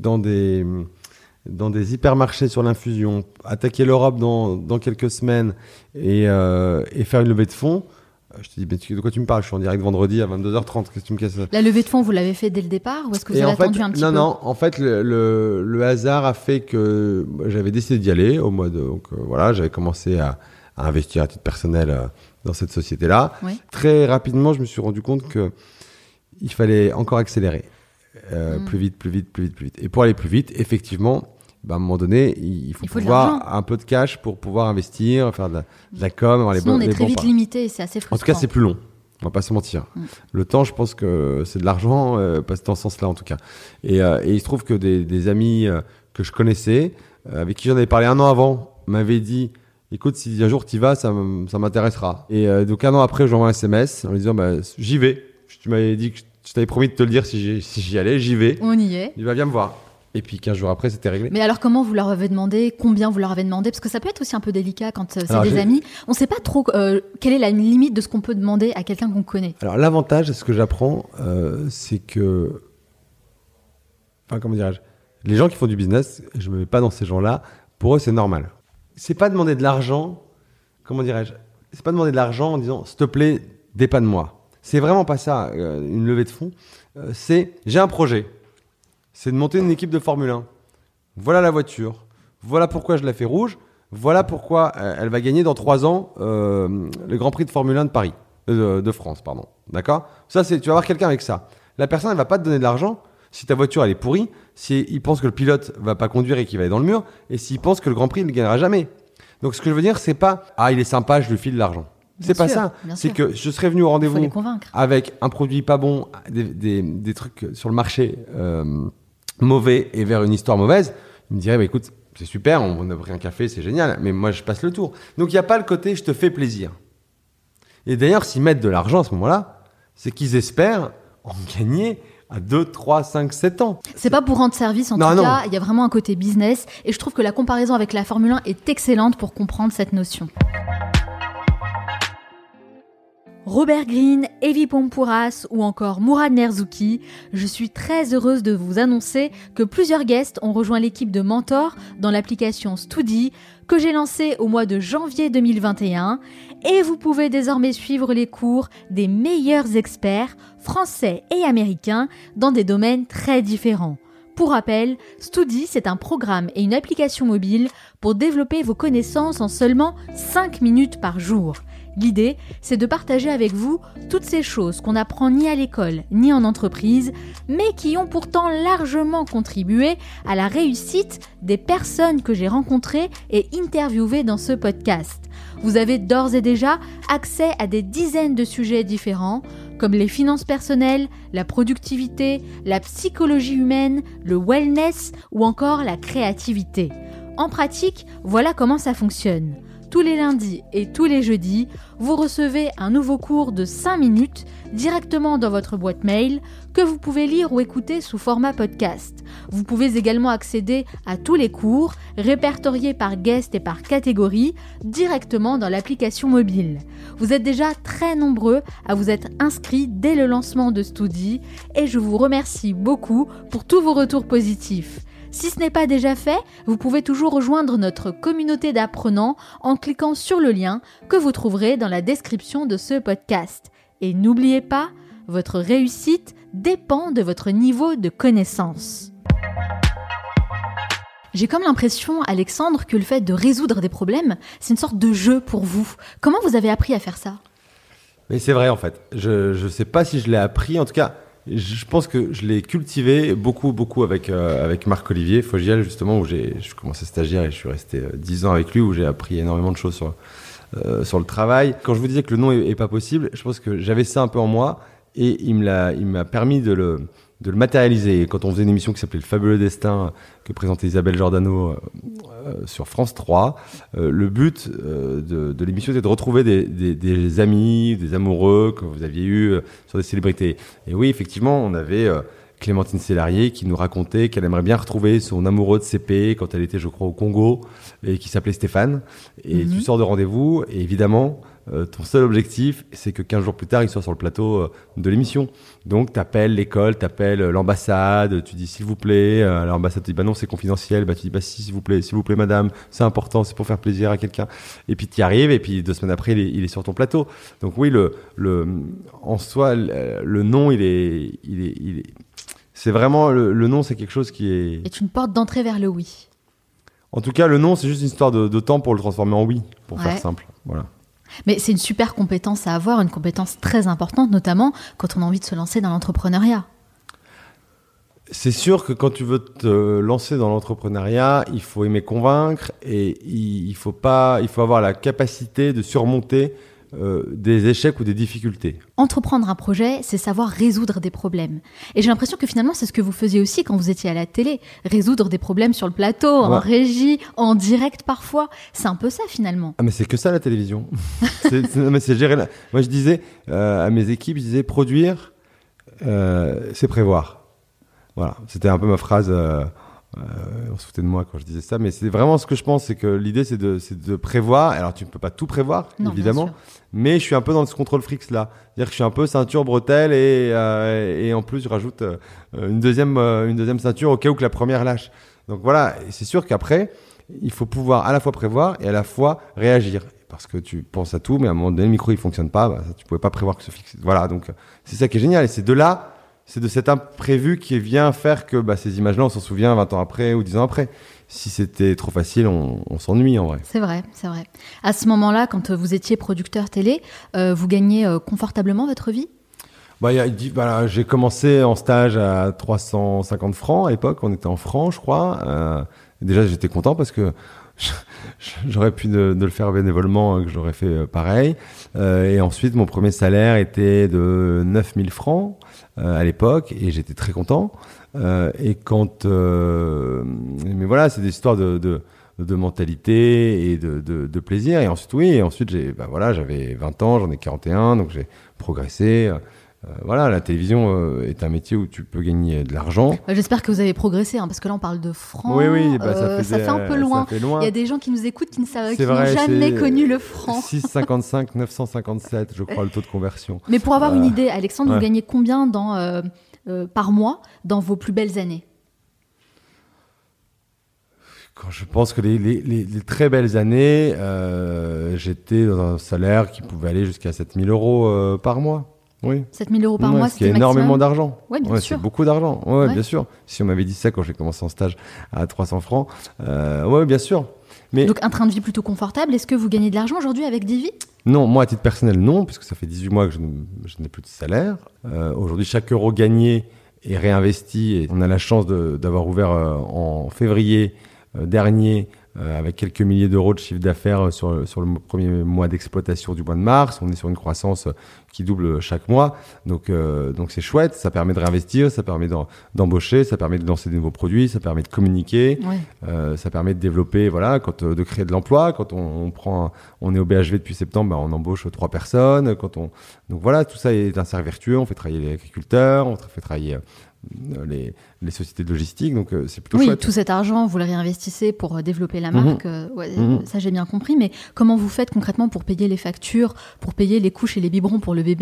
hypermarchés sur l'infusion, attaquer l'Europe dans quelques semaines et faire une levée de fonds. Je te dis, de quoi tu me parles ? Je suis en direct vendredi à 22h30. Qu'est-ce que tu me casses ? La levée de fonds, vous l'avez fait dès le départ ou est-ce que vous avez attendu un petit peu ? Non. En fait, le hasard a fait que j'avais décidé d'y aller au mois de. Donc voilà, j'avais commencé à investir à titre personnel dans cette société-là. Oui. Très rapidement, je me suis rendu compte qu'il fallait encore accélérer. Plus vite. Et pour aller plus vite, effectivement. À un moment donné, il faut pouvoir un peu de cash pour pouvoir investir, faire de la com, avoir Sinon, les bons. on est très vite limité et c'est assez frustrant. En tout cas, c'est plus long. On va pas se mentir. Le temps, je pense que c'est de l'argent, pas dans ce sens-là en tout cas. Et il se trouve que des amis que je connaissais, avec qui j'en avais parlé un an avant, m'avaient dit écoute, si un jour tu y vas, ça m'intéressera. Et donc un an après, j'envoie un SMS en lui disant j'y vais. Tu m'avais dit que je t'avais promis de te le dire si j'y allais, j'y vais. On y est. Il va bien me voir. Et puis 15 jours après, c'était réglé. Mais alors, comment vous leur avez demandé ? Combien vous leur avez demandé ? Parce que ça peut être aussi un peu délicat quand c'est des amis. On ne sait pas trop quelle est la limite de ce qu'on peut demander à quelqu'un qu'on connaît. Alors, l'avantage, ce que j'apprends, c'est que... Enfin, comment dirais-je ? Les gens qui font du business, je ne me mets pas dans ces gens-là, pour eux, c'est normal. C'est pas demander de l'argent, comment dirais-je ? C'est pas demander de l'argent en disant « s'il te plaît, dépanne-moi ». C'est vraiment pas ça, une levée de fonds. C'est « j'ai un projet ». C'est de monter une équipe de Formule 1. Voilà la voiture. Voilà pourquoi je la fais rouge. voilà pourquoi elle va gagner dans 3 ans le Grand Prix de Formule 1 de Paris, de France, pardon. D'accord ? Ça, tu vas voir quelqu'un avec ça. La personne, elle va pas te donner de l'argent si ta voiture, elle est pourrie, si il pense que le pilote va pas conduire et qu'il va aller dans le mur, et s'il pense que le Grand Prix, il ne gagnera jamais. Donc, ce que je veux dire, c'est pas « Ah, il est sympa, je lui file de l'argent ». C'est pas ça. C'est que je serais venu au rendez-vous avec un produit pas bon, des trucs sur le marché mauvais et vers une histoire mauvaise. Il me dirait, bah, écoute, c'est super, on a pris un café, c'est génial, mais moi, je passe le tour. Donc, il n'y a pas le côté « je te fais plaisir ». Et d'ailleurs, s'ils mettent de l'argent à ce moment-là, c'est qu'ils espèrent en gagner à 2, 3, 5, 7 ans. C'est pas pour rendre service, en tout cas, il y a vraiment un côté business. Et je trouve que la comparaison avec la Formule 1 est excellente pour comprendre cette notion. Robert Greene, Evie Pompouras ou encore Mourad Merzouki, je suis très heureuse de vous annoncer que plusieurs guests ont rejoint l'équipe de Mentor dans l'application Studi que j'ai lancée au mois de janvier 2021 et vous pouvez désormais suivre les cours des meilleurs experts français et américains dans des domaines très différents. Pour rappel, Studi, c'est un programme et une application mobile pour développer vos connaissances en seulement 5 minutes par jour. L'idée, c'est de partager avec vous toutes ces choses qu'on n'apprend ni à l'école ni en entreprise, mais qui ont pourtant largement contribué à la réussite des personnes que j'ai rencontrées et interviewées dans ce podcast. Vous avez d'ores et déjà accès à des dizaines de sujets différents, comme les finances personnelles, la productivité, la psychologie humaine, le wellness ou encore la créativité. En pratique, voilà comment ça fonctionne. Tous les lundis et tous les jeudis, vous recevez un nouveau cours de 5 minutes directement dans votre boîte mail que vous pouvez lire ou écouter sous format podcast. Vous pouvez également accéder à tous les cours répertoriés par guest et par catégorie directement dans l'application mobile. Vous êtes déjà très nombreux à vous être inscrits dès le lancement de Studi et je vous remercie beaucoup pour tous vos retours positifs. Si ce n'est pas déjà fait, vous pouvez toujours rejoindre notre communauté d'apprenants en cliquant sur le lien que vous trouverez dans la description de ce podcast. Et n'oubliez pas, votre réussite dépend de votre niveau de connaissance. J'ai comme l'impression, Alexandre, que le fait de résoudre des problèmes, c'est une sorte de jeu pour vous. Comment vous avez appris à faire ça ? Mais c'est vrai en fait. Je sais pas si je l'ai appris, en tout cas... Je pense que je l'ai cultivé beaucoup avec Marc-Olivier Fogiel, justement, où je commençais stagiaire et je suis resté 10 ans avec lui, où j'ai appris énormément de choses sur le travail. Quand je vous disais que le non est pas possible, je pense que j'avais ça un peu en moi et il m'a permis de le matérialiser. Et quand on faisait une émission qui s'appelait Le Fabuleux Destin, que présentait Isabelle Giordano sur France 3, le but de l'émission était de retrouver des amis, des amoureux que vous aviez eus sur des célébrités. Et oui, effectivement, on avait Clémentine Célarié qui nous racontait qu'elle aimerait bien retrouver son amoureux de CP quand elle était, je crois, au Congo, et qui s'appelait Stéphane. Et tu sors de rendez-vous, et évidemment... ton seul objectif, c'est que 15 jours plus tard, il soit sur le plateau de l'émission. Donc, t'appelles l'école, t'appelles l'ambassade, tu dis s'il vous plaît, l'ambassade te dit bah non, c'est confidentiel, bah tu dis bah si, s'il vous plaît madame, c'est important, c'est pour faire plaisir à quelqu'un. Et puis tu y arrives, et puis 2 semaines après, il est sur ton plateau. Donc oui, en soi, le non, il est c'est vraiment, le non, c'est quelque chose qui est une porte d'entrée vers le oui. En tout cas, le non, c'est juste une histoire de temps pour le transformer en oui, pour faire simple. Voilà. Mais c'est une super compétence à avoir, une compétence très importante, notamment quand on a envie de se lancer dans l'entrepreneuriat. C'est sûr que quand tu veux te lancer dans l'entrepreneuriat, il faut aimer convaincre et il faut avoir la capacité de surmonter des échecs ou des difficultés. Entreprendre un projet, c'est savoir résoudre des problèmes. Et j'ai l'impression que finalement, c'est ce que vous faisiez aussi quand vous étiez à la télé. Résoudre des problèmes sur le plateau, en régie, en direct parfois. C'est un peu ça finalement. Ah mais c'est que ça la télévision. c'est gérer Moi je disais à mes équipes, je disais produire, c'est prévoir. Voilà, c'était un peu ma phrase... on se foutait de moi quand je disais ça, mais c'est vraiment ce que je pense, c'est que l'idée c'est de prévoir. Alors tu ne peux pas tout prévoir, non, évidemment, mais je suis un peu dans ce contrôle fric là, c'est-à-dire que je suis un peu ceinture bretelle et en plus je rajoute une deuxième ceinture au cas où que la première lâche. Donc voilà, et c'est sûr qu'après il faut pouvoir à la fois prévoir et à la fois réagir, parce que tu penses à tout, mais à un moment donné le micro il fonctionne pas, bah, tu pouvais pas prévoir que ce fixe. Voilà, donc c'est ça qui est génial, et c'est de cet imprévu qui vient faire que ces images-là, on s'en souvient 20 ans après ou 10 ans après. si c'était trop facile, on s'ennuie en vrai. C'est vrai. À ce moment-là, quand vous étiez producteur télé, vous gagnez confortablement votre vie ? J'ai commencé en stage à 350 francs à l'époque, on était en francs je crois. Déjà j'étais content parce que j'aurais pu de le faire bénévolement, que j'aurais fait pareil. Et ensuite mon premier salaire était de 9000 francs à l'époque et j'étais très content. Mais voilà, c'est des histoires de mentalité et de plaisir. Et ensuite j'avais 20 ans, j'en ai 41, donc j'ai progressé. La télévision est un métier où tu peux gagner de l'argent. J'espère que vous avez progressé, parce que là on parle de francs. Oui, ça fait un peu loin. Il y a des gens qui nous écoutent qui n'ont jamais connu le franc. 6,55, 957, je crois, le taux de conversion. Mais pour avoir une idée, Alexandre, vous gagnez combien par mois dans vos plus belles années ? Quand je pense que les très belles années, j'étais dans un salaire qui pouvait aller jusqu'à 7 000 € par mois. Oui. 7 000 € par mois, c'était énormément d'argent. Oui, bien sûr. C'est beaucoup d'argent. Ouais, bien sûr. Si on m'avait dit ça quand j'ai commencé en stage à 300 francs, bien sûr. Mais donc un train de vie plutôt confortable. Est-ce que vous gagnez de l'argent aujourd'hui avec Divi ? Non, moi à titre personnel non, puisque ça fait 18 mois que je n'ai plus de salaire. Aujourd'hui, chaque euro gagné est réinvesti et on a la chance d'avoir ouvert en février dernier avec quelques milliers d'euros de chiffre d'affaires sur le premier mois d'exploitation du mois de mars. On est sur une croissance qui double chaque mois. Donc c'est chouette. Ça permet de réinvestir, ça permet d'embaucher, ça permet de lancer de nouveaux produits, ça permet de communiquer, ça permet de développer, de créer de l'emploi. Quand on est au BHV depuis septembre, on embauche 3 personnes. Donc tout ça est un cercle vertueux. On fait travailler les agriculteurs, on fait travailler les sociétés de logistique, donc c'est plutôt chouette. Tout cet argent, vous le réinvestissez pour développer la marque, ça j'ai bien compris, mais comment vous faites concrètement pour payer les factures, pour payer les couches et les biberons pour le bébé ?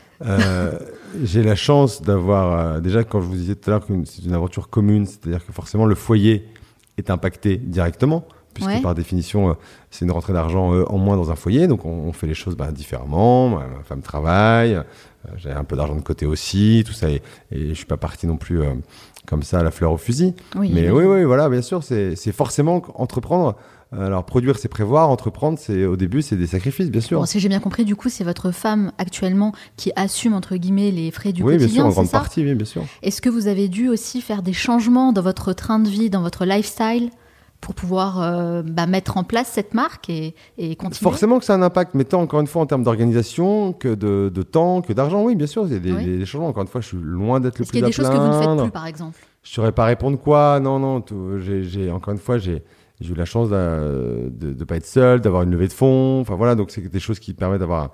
J'ai la chance d'avoir, déjà quand je vous disais tout à l'heure que c'est une aventure commune, c'est-à-dire que forcément le foyer est impacté directement, puisque par définition c'est une rentrée d'argent en moins dans un foyer, donc on fait les choses différemment. Ma femme travaille, j'ai un peu d'argent de côté aussi, tout ça, et je suis pas parti non plus comme ça à la fleur au fusil. Mais voilà, bien sûr, c'est forcément entreprendre. Alors produire, c'est prévoir, entreprendre, au début, c'est des sacrifices, bien sûr. Bon, si j'ai bien compris, du coup, c'est votre femme actuellement qui assume entre guillemets les frais du quotidien, bien sûr, en grande c'est ça ? partie, oui, bien sûr. Est-ce que vous avez dû aussi faire des changements dans votre train de vie, dans votre lifestyle, pour pouvoir mettre en place cette marque et continuer ? Forcément que ça a un impact, mais tant, encore une fois, en termes d'organisation, que de temps, que d'argent, oui, bien sûr, il y a des changements. Encore une fois, je suis loin d'être le plus à plaindre. Est-ce qu'il y a des choses que vous ne faites plus, par exemple ? Je ne saurais pas répondre quoi. Non, encore une fois, j'ai eu la chance de ne pas être seul, d'avoir une levée de fonds. Enfin voilà, donc c'est des choses qui permettent d'avoir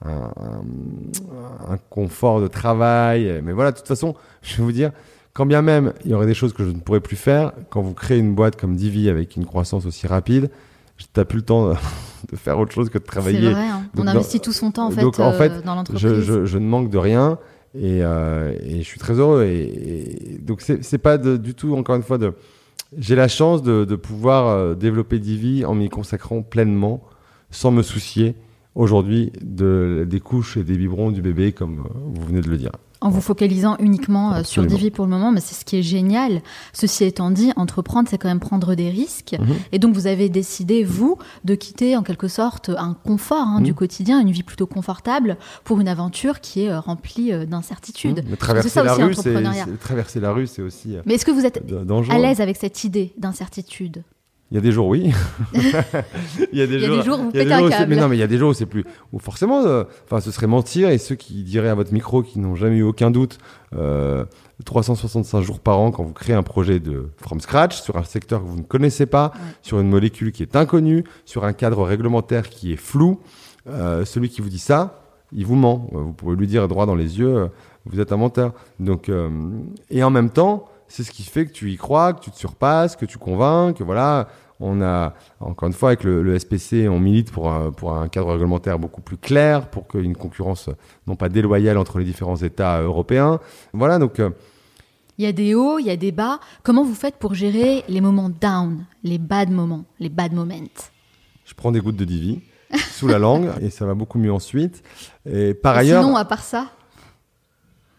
un confort de travail. Mais voilà, de toute façon, je vais vous dire, quand bien même il y aurait des choses que je ne pourrais plus faire, quand vous créez une boîte comme Divi avec une croissance aussi rapide, tu n'as plus le temps de faire autre chose que de travailler. C'est vrai, on investit tout son temps dans l'entreprise. Je ne manque de rien et je suis très heureux. Et donc c'est pas du tout, encore une fois, j'ai la chance de pouvoir développer Divi en m'y consacrant pleinement, sans me soucier aujourd'hui des couches et des biberons du bébé, comme vous venez de le dire. En vous focalisant uniquement sur Divi pour le moment, mais c'est ce qui est génial. Ceci étant dit, entreprendre, c'est quand même prendre des risques. Et donc, vous avez décidé, vous, de quitter en quelque sorte un confort du quotidien, une vie plutôt confortable, pour une aventure qui est remplie d'incertitudes. Mais traverser la rue, c'est aussi Mais est-ce que vous êtes dangereux. À l'aise avec cette idée d'incertitude ? Il y a des jours, oui. Il y a des jours où vous pétez un câble. Mais il y a des jours où c'est plus. Où forcément, ce serait mentir. Et ceux qui diraient à votre micro, qui n'ont jamais eu aucun doute, 365 jours par an, quand vous créez un projet from scratch, sur un secteur que vous ne connaissez pas, sur une molécule qui est inconnue, sur un cadre réglementaire qui est flou, celui qui vous dit ça, il vous ment. Vous pouvez lui dire droit dans les yeux, vous êtes un menteur. Donc, et en même temps, c'est ce qui fait que tu y crois, que tu te surpasses, que tu convaincs, que voilà, on a, encore une fois, avec le SPC, on milite pour un cadre réglementaire beaucoup plus clair, pour qu'il y ait une concurrence non pas déloyale entre les différents États européens. Voilà, donc... Il y a des hauts, il y a des bas. Comment vous faites pour gérer les moments down, les bad moments, les bad moments ? Je prends des gouttes de Divi sous la langue et ça va beaucoup mieux ensuite. Et par ailleurs... Sinon, à part ça ?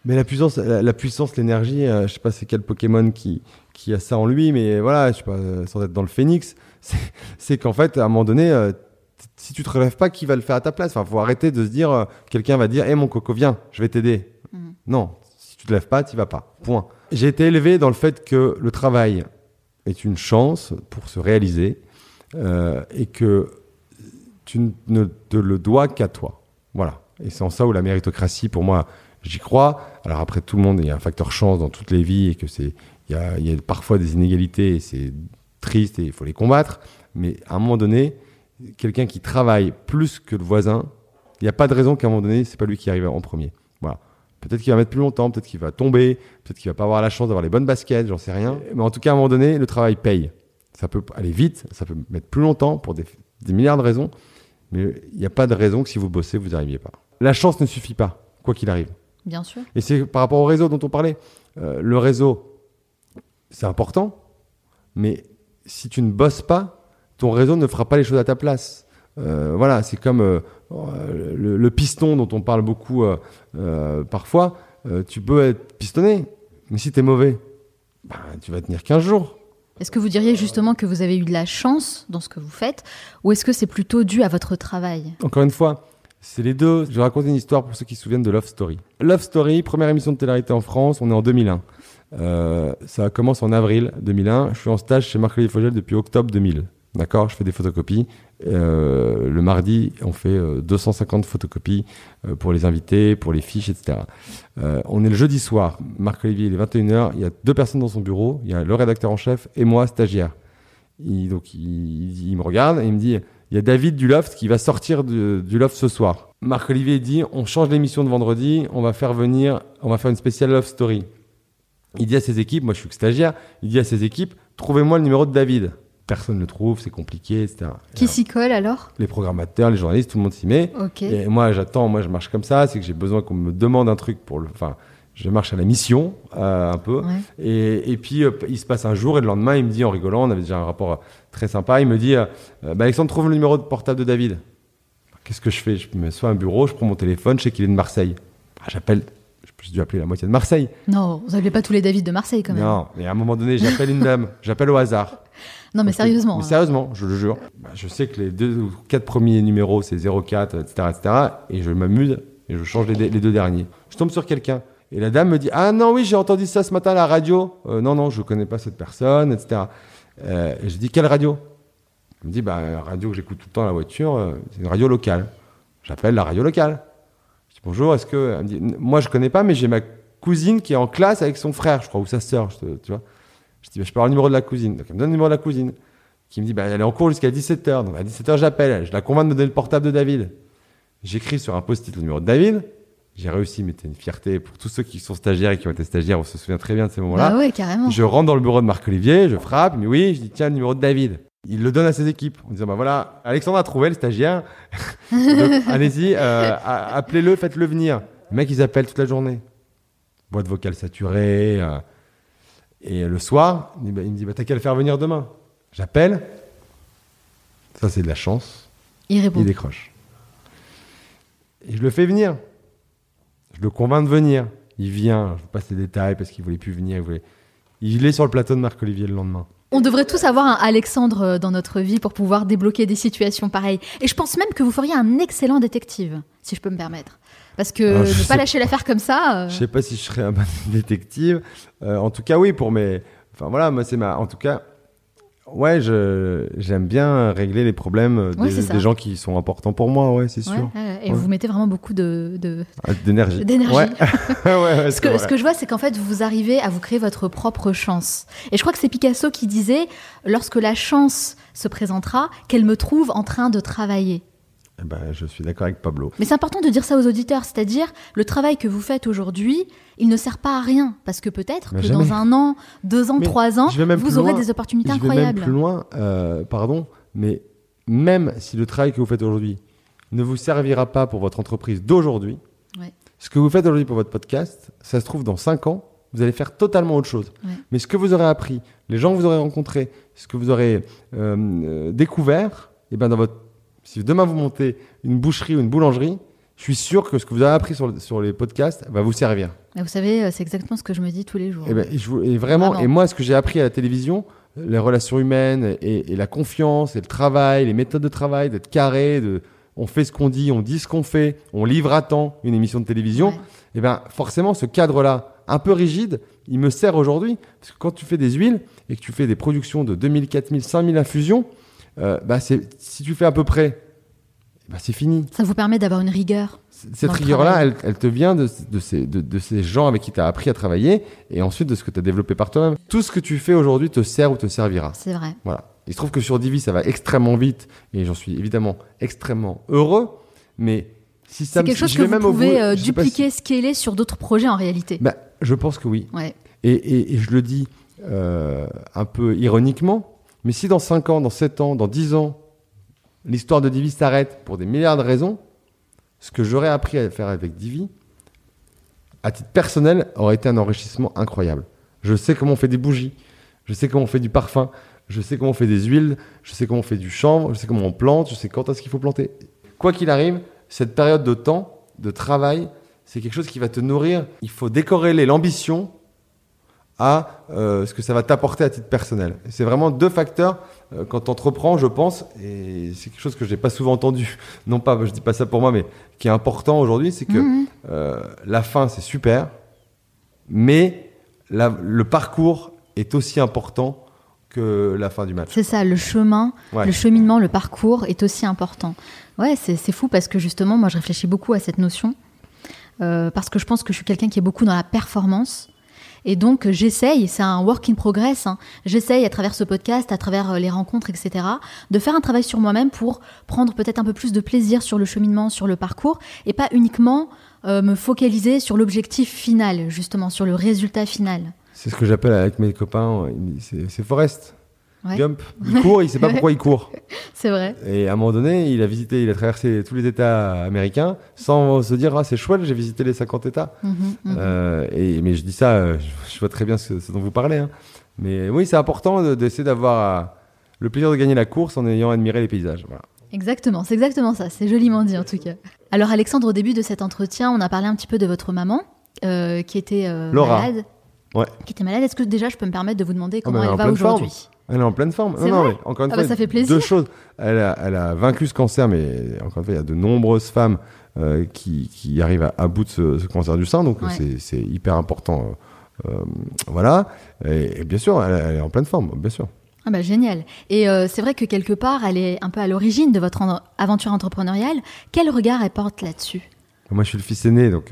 Mais la puissance, l'énergie, je sais pas c'est quel Pokémon qui a ça en lui, mais voilà, je sais pas, sans être dans le phénix, c'est qu'en fait, à un moment donné, si tu te relèves pas, qui va le faire à ta place? Enfin, faut arrêter de se dire, quelqu'un va dire, mon coco, viens, je vais t'aider. Non, si tu te lèves pas, t'y vas pas. Point. J'ai été élevé dans le fait que le travail est une chance pour se réaliser et que tu ne te le dois qu'à toi. Voilà. Et c'est en ça où la méritocratie, pour moi, j'y crois. Alors après, tout le monde, il y a un facteur chance dans toutes les vies et que il y a parfois des inégalités et c'est triste et il faut les combattre. Mais à un moment donné, quelqu'un qui travaille plus que le voisin, il n'y a pas de raison qu'à un moment donné, c'est pas lui qui arrive en premier. Voilà. Peut-être qu'il va mettre plus longtemps, peut-être qu'il va tomber, peut-être qu'il va pas avoir la chance d'avoir les bonnes baskets, j'en sais rien. Mais en tout cas, à un moment donné, le travail paye. Ça peut aller vite, ça peut mettre plus longtemps pour des milliards de raisons. Mais il n'y a pas de raison que si vous bossez, vous n'y arriviez pas. La chance ne suffit pas, quoi qu'il arrive. Bien sûr. Et c'est par rapport au réseau dont on parlait. Le réseau, c'est important, mais si tu ne bosses pas, ton réseau ne fera pas les choses à ta place. Voilà, c'est comme le piston dont on parle beaucoup parfois. Tu peux être pistonné, mais si tu es mauvais, tu vas tenir 15 jours. Est-ce que vous diriez justement que vous avez eu de la chance dans ce que vous faites, ou est-ce que c'est plutôt dû à votre travail? Encore une fois, c'est les deux. Je vais raconter une histoire pour ceux qui se souviennent de Love Story. Love Story, première émission de télé-réalité en France, on est en 2001. Ça commence en avril 2001. Je suis en stage chez Marc-Olivier Fogel depuis octobre 2000. D'accord, je fais des photocopies. Le mardi, on fait 250 photocopies pour les invités, pour les fiches, etc. On est le jeudi soir. Marc-Olivier, il est 21h. Il y a 2 personnes dans son bureau. Il y a le rédacteur en chef et moi, stagiaire. Il me regarde et il me dit, il y a David du Loft qui va sortir du Loft ce soir. Marc-Olivier dit, on change l'émission de vendredi. On va faire une spéciale Love Story. Il dit à ses équipes, moi je suis que stagiaire, il dit à ses équipes, trouvez-moi le numéro de David. Personne ne le trouve, c'est compliqué, etc. Qui s'y colle alors? Les programmateurs, les journalistes, tout le monde s'y met. Okay. Et moi, je marche comme ça, c'est que j'ai besoin qu'on me demande un truc je marche à la mission, un peu. Ouais. Et puis, il se passe un jour et le lendemain, il me dit, en rigolant, on avait déjà un rapport très sympa, il me dit, Alexandre, trouve le numéro de portable de David. Qu'est-ce que je fais? Je me sois à un bureau, je prends mon téléphone, je sais qu'il est de Marseille. J'appelle. J'ai dû appeler la moitié de Marseille. Non, vous n'appelez pas tous les David de Marseille quand même. Non, mais à un moment donné, j'appelle une dame, j'appelle au hasard. Non, mais sérieusement. Mais sérieusement, je le jure. Je sais que les 2 ou 4 premiers numéros, c'est 04, etc., etc. Et je m'amuse et je change les 2 derniers. Je tombe sur quelqu'un. Et la dame me dit, ah non, oui, j'ai entendu ça ce matin à la radio. Non, je ne connais pas cette personne, etc. Et je dis, quelle radio? Elle me dit, la radio que j'écoute tout le temps à la voiture, c'est une radio locale. J'appelle la radio locale. Bonjour, est-ce que... Elle me dit, moi, je ne connais pas, mais j'ai ma cousine qui est en classe avec son frère, je crois, ou sa sœur, tu vois. Je dis, je peux avoir le numéro de la cousine. Donc, elle me donne le numéro de la cousine, qui me dit, elle est en cours jusqu'à 17h. Donc, à 17h, j'appelle. Je la convainc de me donner le portable de David. J'écris sur un post-it le numéro de David. J'ai réussi, mais c'était une fierté pour tous ceux qui sont stagiaires et qui ont été stagiaires. On se souvient très bien de ces moments-là. Ah ouais, carrément. Je rentre dans le bureau de Marc-Olivier, je frappe, mais oui, je dis, tiens, le numéro de David. Il le donne à ses équipes en disant, voilà, Alexandre a trouvé le stagiaire. Donc, allez-y, appelez-le, faites-le venir. Les mecs, ils appellent toute la journée. Boîte vocale saturée. Et le soir, il me dit, t'as qu'à le faire venir demain. J'appelle. Ça, c'est de la chance. Il répond. Il décroche. Et je le fais venir. Je le convainc de venir. Il vient. Je vous passe les détails parce qu'il ne voulait plus venir. Il est sur le plateau de Marc-Olivier le lendemain. On devrait tous avoir un Alexandre dans notre vie pour pouvoir débloquer des situations pareilles. Et je pense même que vous feriez un excellent détective, si je peux me permettre. Parce que ne pas lâcher l'affaire comme ça... Je sais pas si je serais un bon détective. En tout cas, oui, pour mes... Enfin voilà, moi c'est ma... En tout cas, ouais, j'aime bien régler les problèmes des gens qui sont importants pour moi, ouais, c'est sûr. Et vous mettez vraiment beaucoup d'énergie. Ouais. ouais, ce que je vois, c'est qu'en fait, vous arrivez à vous créer votre propre chance. Et je crois que c'est Picasso qui disait, lorsque la chance se présentera, qu'elle me trouve en train de travailler. Je suis d'accord avec Pablo. Mais c'est important de dire ça aux auditeurs, c'est-à-dire le travail que vous faites aujourd'hui, il ne sert pas à rien, parce que peut-être que dans 1 an, 2 ans, 3 ans, vous aurez des opportunités incroyables. Je vais même plus loin, mais même si le travail que vous faites aujourd'hui ne vous servira pas pour votre entreprise d'aujourd'hui, ce que vous faites aujourd'hui pour votre podcast, ça se trouve dans 5 ans, vous allez faire totalement autre chose. Mais ce que vous aurez appris, les gens que vous aurez rencontrés, ce que vous aurez découvert, dans votre... Si demain vous montez une boucherie ou une boulangerie, je suis sûr que ce que vous avez appris sur les podcasts va vous servir. Et vous savez, c'est exactement ce que je me dis tous les jours. Et vraiment, et moi, ce que j'ai appris à la télévision, les relations humaines et la confiance et le travail, les méthodes de travail, d'être carré, on fait ce qu'on dit, on dit ce qu'on fait, on livre à temps une émission de télévision. Ouais. Et bien, forcément, ce cadre-là, un peu rigide, il me sert aujourd'hui. Parce que quand tu fais des huiles et que tu fais des productions de 2000, 4000, 5000 infusions, si tu fais à peu près, c'est fini. Ça vous permet d'avoir une rigueur. Cette rigueur-là, elle te vient de ces gens avec qui tu as appris à travailler et ensuite de ce que tu as développé par toi-même. Tout ce que tu fais aujourd'hui te sert ou te servira. C'est vrai. Voilà. Il se trouve que sur Divi, ça va extrêmement vite et j'en suis évidemment extrêmement heureux. Mais si ça c'est quelque chose que vous pouvez dupliquer, scaler sur d'autres projets en réalité. Je pense que oui. Ouais. Et je le dis un peu ironiquement, mais si dans 5 ans, dans 7 ans, dans 10 ans, l'histoire de Divi s'arrête pour des milliards de raisons, ce que j'aurais appris à faire avec Divi, à titre personnel, aurait été un enrichissement incroyable. Je sais comment on fait des bougies, je sais comment on fait du parfum, je sais comment on fait des huiles, je sais comment on fait du chanvre, je sais comment on plante, je sais quand est-ce qu'il faut planter. Quoi qu'il arrive, cette période de temps, de travail, c'est quelque chose qui va te nourrir. Il faut décorréler l'ambition à ce que ça va t'apporter à titre personnel. Et c'est vraiment 2 facteurs quand tu entreprends, je pense, et c'est quelque chose que je n'ai pas souvent entendu, non pas, je ne dis pas ça pour moi, mais qui est important aujourd'hui, c'est que la fin, c'est super, mais le parcours est aussi important que la fin du match. C'est ça, le chemin, le cheminement, le parcours est aussi important. Ouais, c'est fou parce que justement, moi, je réfléchis beaucoup à cette notion parce que je pense que je suis quelqu'un qui est beaucoup dans la performance. Et donc, j'essaye, c'est un work in progress, j'essaye à travers ce podcast, à travers les rencontres, etc., de faire un travail sur moi-même pour prendre peut-être un peu plus de plaisir sur le cheminement, sur le parcours, et pas uniquement me focaliser sur l'objectif final, justement, sur le résultat final. C'est ce que j'appelle avec mes copains, c'est Forrest Ouais. Gump. Il court, il ne sait pas pourquoi il court. C'est vrai. Et à un moment donné, il a traversé tous les États américains sans se dire « Ah, c'est chouette, j'ai visité les 50 États. » Mais je dis ça, je vois très bien ce dont vous parlez. Mais oui, c'est important d'essayer d'avoir le plaisir de gagner la course en ayant admiré les paysages. Voilà. Exactement, c'est exactement ça. C'est joliment dit en tout cas. Alors Alexandre, au début de cet entretien, on a parlé un petit peu de votre maman qui était malade. Ouais. Qui était malade. Est-ce que déjà je peux me permettre de vous demander comment elle va aujourd'hui ? Elle est en pleine forme. C'est vrai. Mais encore une fois, ça fait plaisir. 2 choses. Elle a vaincu ce cancer, mais encore une fois, il y a de nombreuses femmes qui arrivent à bout de ce cancer du sein, donc c'est hyper important. Voilà. Et bien sûr, elle est en pleine forme, bien sûr. Ah génial. Et c'est vrai que quelque part, elle est un peu à l'origine de votre aventure entrepreneuriale. Quel regard elle porte là-dessus ? Moi, je suis le fils aîné, donc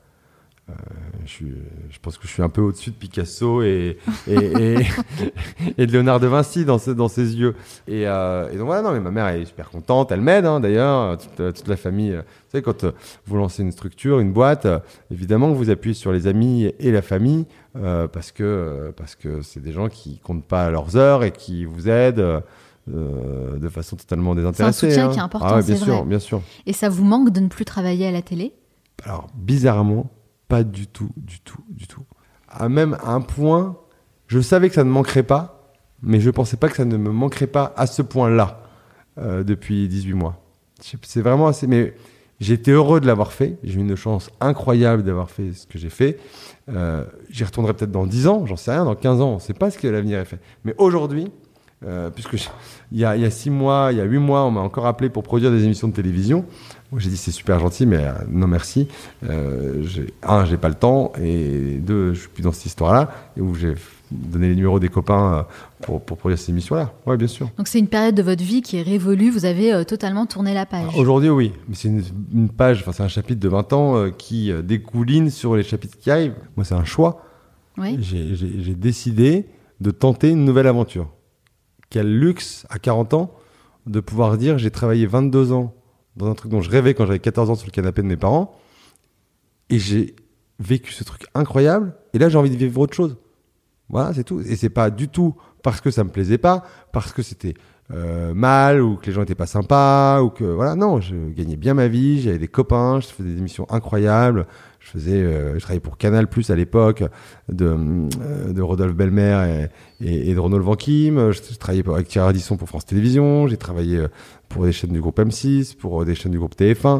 je pense que je suis un peu au-dessus de Picasso et de Léonard de Vinci dans ses yeux. Et donc voilà, non, mais ma mère elle est super contente, elle m'aide d'ailleurs, toute la famille. Vous savez, quand vous lancez une structure, une boîte, évidemment que vous appuyez sur les amis et la famille parce que c'est des gens qui comptent pas leurs heures et qui vous aident. De façon totalement désintéressée. C'est un soutien qui est important, bien sûr, bien sûr. Et ça vous manque de ne plus travailler à la télé ? Alors, bizarrement, pas du tout. Même à un point, je savais que ça ne manquerait pas, mais je ne pensais pas que ça ne me manquerait pas à ce point-là depuis 18 mois. C'est vraiment assez... Mais j'ai été heureux de l'avoir fait. J'ai eu une chance incroyable d'avoir fait ce que j'ai fait. J'y retournerai peut-être dans 10 ans, j'en sais rien, dans 15 ans, on ne sait pas ce que l'avenir est fait. Mais aujourd'hui, puisque il y a 6 mois, il y a 8 mois, on m'a encore appelé pour produire des émissions de télévision. Moi, j'ai dit c'est super gentil, mais non merci. J'ai pas le temps, et 2, je suis plus dans cette histoire-là, et où j'ai donné les numéros des copains pour produire ces émissions-là. Ouais, bien sûr. Donc c'est une période de votre vie qui est révolue, vous avez totalement tourné la page. Aujourd'hui, oui, mais c'est une page, c'est un chapitre de 20 ans qui découline sur les chapitres qui arrivent. Moi, c'est un choix. Oui. J'ai décidé de tenter une nouvelle aventure. Quel luxe, à 40 ans, de pouvoir dire j'ai travaillé 22 ans dans un truc dont je rêvais quand j'avais 14 ans sur le canapé de mes parents, et j'ai vécu ce truc incroyable, et là j'ai envie de vivre autre chose. Voilà, c'est tout. Et c'est pas du tout parce que ça me plaisait pas, parce que c'était mal, ou que les gens étaient pas sympas, ou que voilà. Non, je gagnais bien ma vie, j'avais des copains, je faisais des émissions incroyables. Je travaillais pour Canal+ à l'époque, de Rodolphe Belmer et de Renaud Levent-Kim. Je travaillais avec Thierry Ardisson pour France Télévisions. J'ai travaillé pour des chaînes du groupe M6, pour des chaînes du groupe TF1.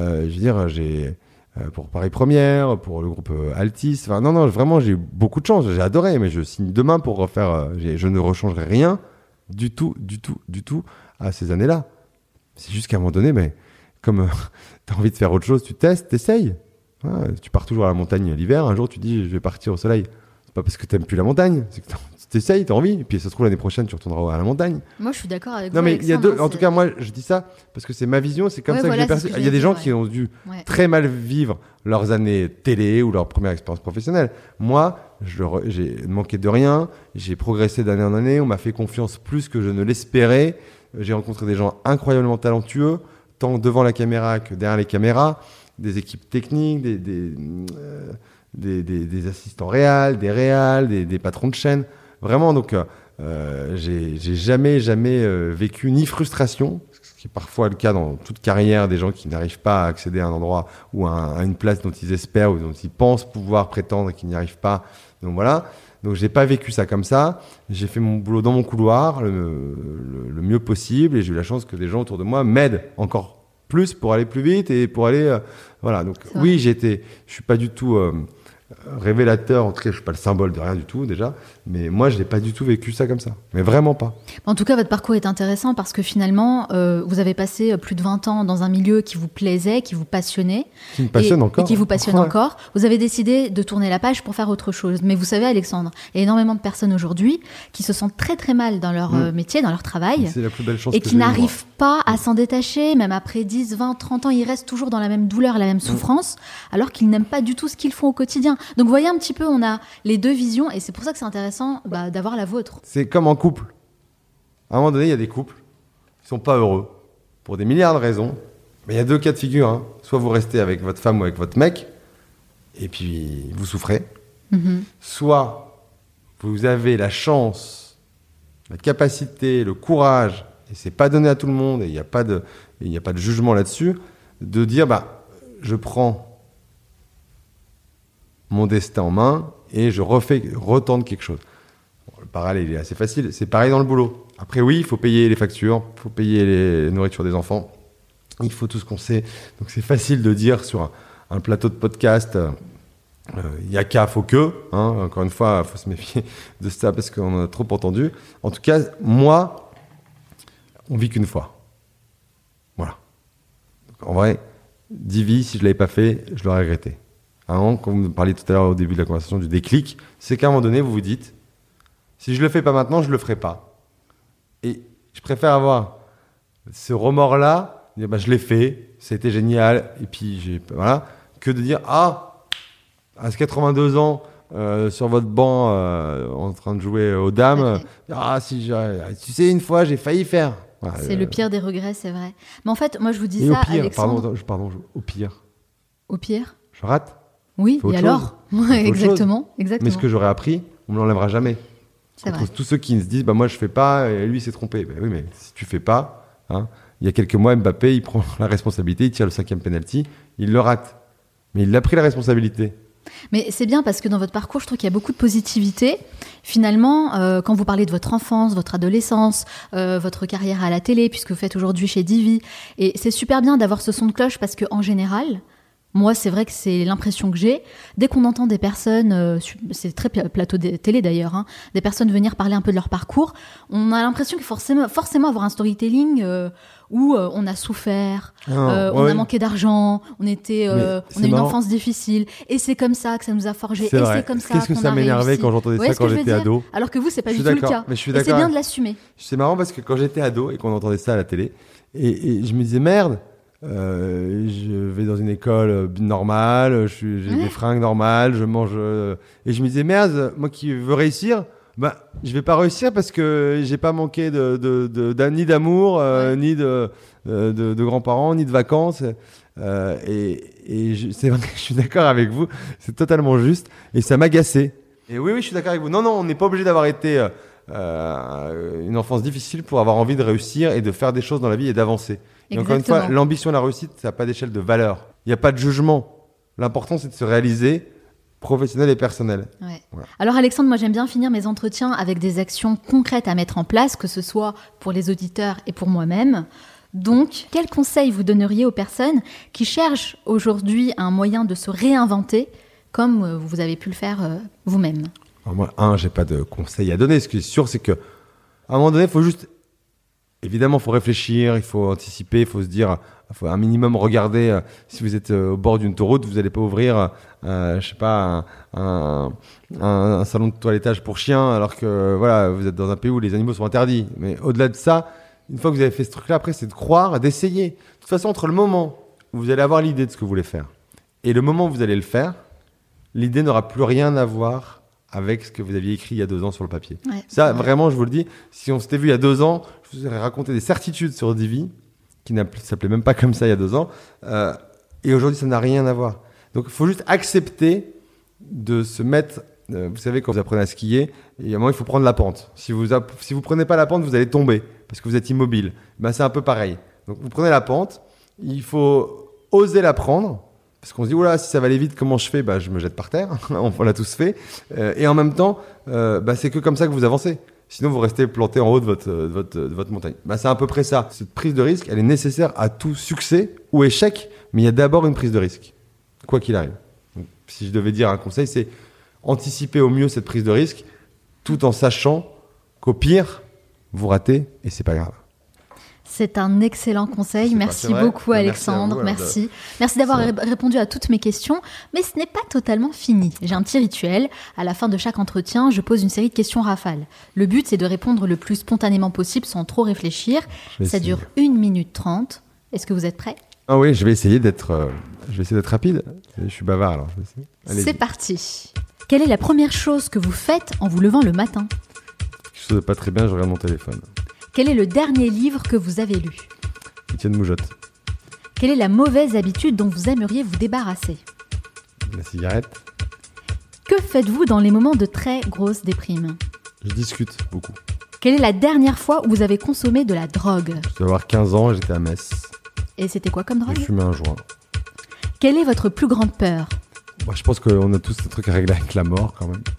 Pour Paris Première, pour le groupe Altis. Enfin, non, vraiment, j'ai eu beaucoup de chance. J'ai adoré, mais je signe demain pour refaire. Je ne rechangerai rien du tout à ces années-là. C'est juste qu'à un moment donné, mais comme tu as envie de faire autre chose, tu testes, t'essayes. Tu pars toujours à la montagne l'hiver, un jour tu dis je vais partir au soleil. C'est pas parce que t'aimes plus la montagne, c'est que tu t'essayes, t'as envie, et puis ça se trouve l'année prochaine tu retourneras à la montagne. Moi je suis d'accord avec vous. Non mais il y a deux, en tout cas moi je dis ça parce que c'est ma vision, c'est comme ça que j'ai perçu. Il y a des gens qui ont dû très mal vivre leurs années télé ou leur première expérience professionnelle. Moi, j'ai manqué de rien, j'ai progressé d'année en année, on m'a fait confiance plus que je ne l'espérais. J'ai rencontré des gens incroyablement talentueux, tant devant la caméra que derrière les caméras. Des équipes techniques, des assistants réals, des patrons de chaîne. Vraiment, donc, j'ai jamais vécu ni frustration, ce qui est parfois le cas dans toute carrière des gens qui n'arrivent pas à accéder à un endroit ou à une place dont ils espèrent ou dont ils pensent pouvoir prétendre et qu'ils n'y arrivent pas. Donc voilà. Donc j'ai pas vécu ça comme ça. J'ai fait mon boulot dans mon couloir le mieux possible et j'ai eu la chance que des gens autour de moi m'aident encore plus pour aller plus vite et pour aller voilà. Donc oui, je suis pas du tout révélateur, en tout cas je suis pas le symbole de rien du tout déjà, mais moi je n'ai pas du tout vécu ça comme ça, mais vraiment pas. En tout cas votre parcours est intéressant parce que finalement vous avez passé plus de 20 ans dans un milieu qui vous plaisait, qui vous passionnait, qui me passionne encore, et qui vous passionne encore. Vous avez décidé de tourner la page pour faire autre chose, mais vous savez Alexandre, il y a énormément de personnes aujourd'hui qui se sentent très très mal dans leur métier, dans leur travail, c'est la plus belle chance et qui n'arrivent pas à s'en détacher, même après 10, 20, 30 ans, ils restent toujours dans la même douleur, la même souffrance, alors qu'ils n'aiment pas du tout ce qu'ils font au quotidien. Donc vous voyez un petit peu, on a les deux visions et c'est pour ça que c'est intéressant d'avoir la vôtre. C'est comme en couple. À un moment donné, il y a des couples qui ne sont pas heureux pour des milliards de raisons. Mais il y a deux cas de figure. Hein. Soit vous restez avec votre femme ou avec votre mec et puis vous souffrez. Mm-hmm. Soit vous avez la chance, la capacité, le courage, et c'est pas donné à tout le monde et il n'y a pas de jugement là-dessus, de dire je prends mon destin en main et je retente quelque chose. Bon, le parallèle il est assez facile, c'est pareil dans le boulot. Après oui, il faut payer les factures, il faut payer les nourritures des enfants, il faut tout ce qu'on sait. Donc c'est facile de dire sur un plateau de podcast, il y a qu'à, faut que, hein, encore une fois, il faut se méfier de ça parce qu'on en a trop entendu. En tout cas, moi, on vit qu'une fois. Voilà. Donc, en vrai, 10 vies, si je l'avais pas fait, je l'aurais regretté. Quand vous me parliez tout à l'heure au début de la conversation du déclic, c'est qu'à un moment donné, vous vous dites, si je le fais pas maintenant, je le ferai pas. Et je préfère avoir ce remords-là, dire je l'ai fait, c'était génial, et puis voilà, que de dire à 82 ans sur votre banc en train de jouer aux dames, tu sais une fois j'ai failli faire. Voilà, c'est le pire des regrets, c'est vrai. Mais en fait, moi je vous dis et ça, au pire, Alexandre. Pardon, au pire. Au pire. Je rate. Oui, et alors exactement. Mais ce que j'aurais appris, on ne l'enlèvera jamais. C'est vrai. Tous ceux qui se disent moi je fais pas et lui il s'est trompé. Oui, mais si tu fais pas, hein, il y a quelques mois Mbappé il prend la responsabilité, il tire le 5e penalty, il le rate. Mais il a pris la responsabilité. Mais c'est bien parce que dans votre parcours, je trouve qu'il y a beaucoup de positivité. Finalement, quand vous parlez de votre enfance, votre adolescence, votre carrière à la télé, puisque vous faites aujourd'hui chez Divi, et c'est super bien d'avoir ce son de cloche parce qu'en général, moi, c'est vrai que c'est l'impression que j'ai. Dès qu'on entend des personnes, c'est très plateau de télé d'ailleurs, hein, des personnes venir parler un peu de leur parcours, on a l'impression qu'il faut forcément avoir un storytelling où on a souffert, on a manqué d'argent, on a une enfance difficile, et c'est comme ça que ça nous a forgé, et vrai. c'est comme ça Qu'est-ce que ça m'énervait quand j'entendais ça quand j'étais ado. Alors que vous, c'est pas du tout le cas. Mais je suis d'accord. Et c'est bien de l'assumer. C'est marrant parce que quand j'étais ado et qu'on entendait ça à la télé, et je me disais merde. Je vais dans une école normale, j'ai des fringues normales, je mange et je me disais merde, moi qui veux réussir, je vais pas réussir parce que j'ai pas manqué ni d'amour, ni de grands-parents, ni de vacances. C'est vrai que je suis d'accord avec vous, c'est totalement juste et ça m'agaçait. Et oui, je suis d'accord avec vous. Non, on n'est pas obligé d'avoir été une enfance difficile pour avoir envie de réussir et de faire des choses dans la vie et d'avancer. Et encore une fois, l'ambition et la réussite, ça n'a pas d'échelle de valeur. Il n'y a pas de jugement. L'important, c'est de se réaliser professionnel et personnel. Ouais. Voilà. Alors Alexandre, moi j'aime bien finir mes entretiens avec des actions concrètes à mettre en place, que ce soit pour les auditeurs et pour moi-même. Donc, quels conseils vous donneriez aux personnes qui cherchent aujourd'hui un moyen de se réinventer comme vous avez pu le faire vous-même? Alors moi, j'ai pas de conseils à donner. Ce qui est sûr, c'est qu'à un moment donné, il faut juste... Évidemment, il faut réfléchir, il faut anticiper, il faut se dire... Il faut un minimum regarder, si vous êtes au bord d'une autoroute, vous n'allez pas ouvrir, je sais pas, un salon de toilettage pour chiens, alors que voilà, vous êtes dans un pays où les animaux sont interdits. Mais au-delà de ça, une fois que vous avez fait ce truc-là, après, c'est de croire, d'essayer. De toute façon, entre le moment où vous allez avoir l'idée de ce que vous voulez faire et le moment où vous allez le faire, l'idée n'aura plus rien à voir avec ce que vous aviez écrit il y a 2 ans sur le papier. Ouais, ça, vraiment, je vous le dis, si on s'était vu il y a 2 ans, je vous aurais raconté des certitudes sur Divi, qui ne s'appelait même pas comme ça il y a 2 ans. Et aujourd'hui, ça n'a rien à voir. Donc, il faut juste accepter de se mettre... vous savez, quand vous apprenez à skier, il y a un moment, il faut prendre la pente. Si vous prenez pas la pente, vous allez tomber parce que vous êtes immobile. Ben, c'est un peu pareil. Donc, vous prenez la pente, il faut oser la prendre parce qu'on se dit, oula, si ça va aller vite, comment je fais? Ben, je me jette par terre. On l'a tous fait. Et en même temps, c'est que comme ça que vous avancez. Sinon, vous restez planté en haut de votre montagne. Bah, c'est à peu près ça. Cette prise de risque, elle est nécessaire à tout succès ou échec, mais il y a d'abord une prise de risque, quoi qu'il arrive. Donc, si je devais dire un conseil, c'est anticiper au mieux cette prise de risque, tout en sachant qu'au pire, vous ratez et c'est pas grave. C'est un excellent conseil. Merci beaucoup, Alexandre. Merci. Merci d'avoir répondu à toutes mes questions. Mais ce n'est pas totalement fini. J'ai un petit rituel. À la fin de chaque entretien, je pose une série de questions rafales. Le but, c'est de répondre le plus spontanément possible sans trop réfléchir. Ça dure 1 minute 30. Est-ce que vous êtes prêts? Ah oui, je vais essayer d'être rapide. Je suis bavard, alors. C'est parti. Quelle est la première chose que vous faites en vous levant le matin? Quelque chose de pas très bien, je regarde mon téléphone. Quel est le dernier livre que vous avez lu? Étienne Moujotte. Quelle est la mauvaise habitude dont vous aimeriez vous débarrasser? La cigarette. Que faites-vous dans les moments de très grosse déprime? Je discute beaucoup. Quelle est la dernière fois où vous avez consommé de la drogue? Je dois avoir 15 ans et j'étais à Metz. Et c'était quoi comme drogue? Je fumais un joint. Quelle est votre plus grande peur? Je pense qu'on a tous un truc à régler avec la mort quand même.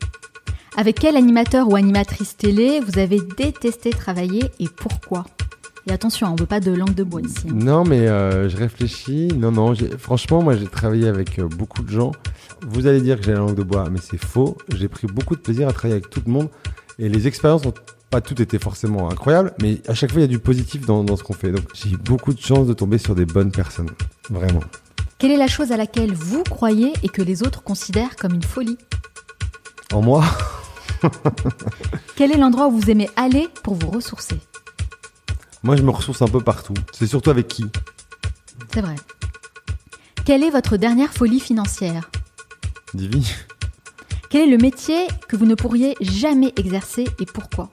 Avec quel animateur ou animatrice télé vous avez détesté travailler et pourquoi? Et attention, on ne veut pas de langue de bois ici. Non, mais je réfléchis. Non, franchement, moi j'ai travaillé avec beaucoup de gens. Vous allez dire que j'ai la langue de bois, mais c'est faux. J'ai pris beaucoup de plaisir à travailler avec tout le monde. Et les expériences n'ont pas toutes été forcément incroyables, mais à chaque fois, il y a du positif dans ce qu'on fait. Donc j'ai eu beaucoup de chance de tomber sur des bonnes personnes. Vraiment. Quelle est la chose à laquelle vous croyez et que les autres considèrent comme une folie? En moi? Quel est l'endroit où vous aimez aller pour vous ressourcer? Moi, je me ressource un peu partout. C'est surtout avec qui? C'est vrai. Quelle est votre dernière folie financière? Divi. Quel est le métier que vous ne pourriez jamais exercer et pourquoi?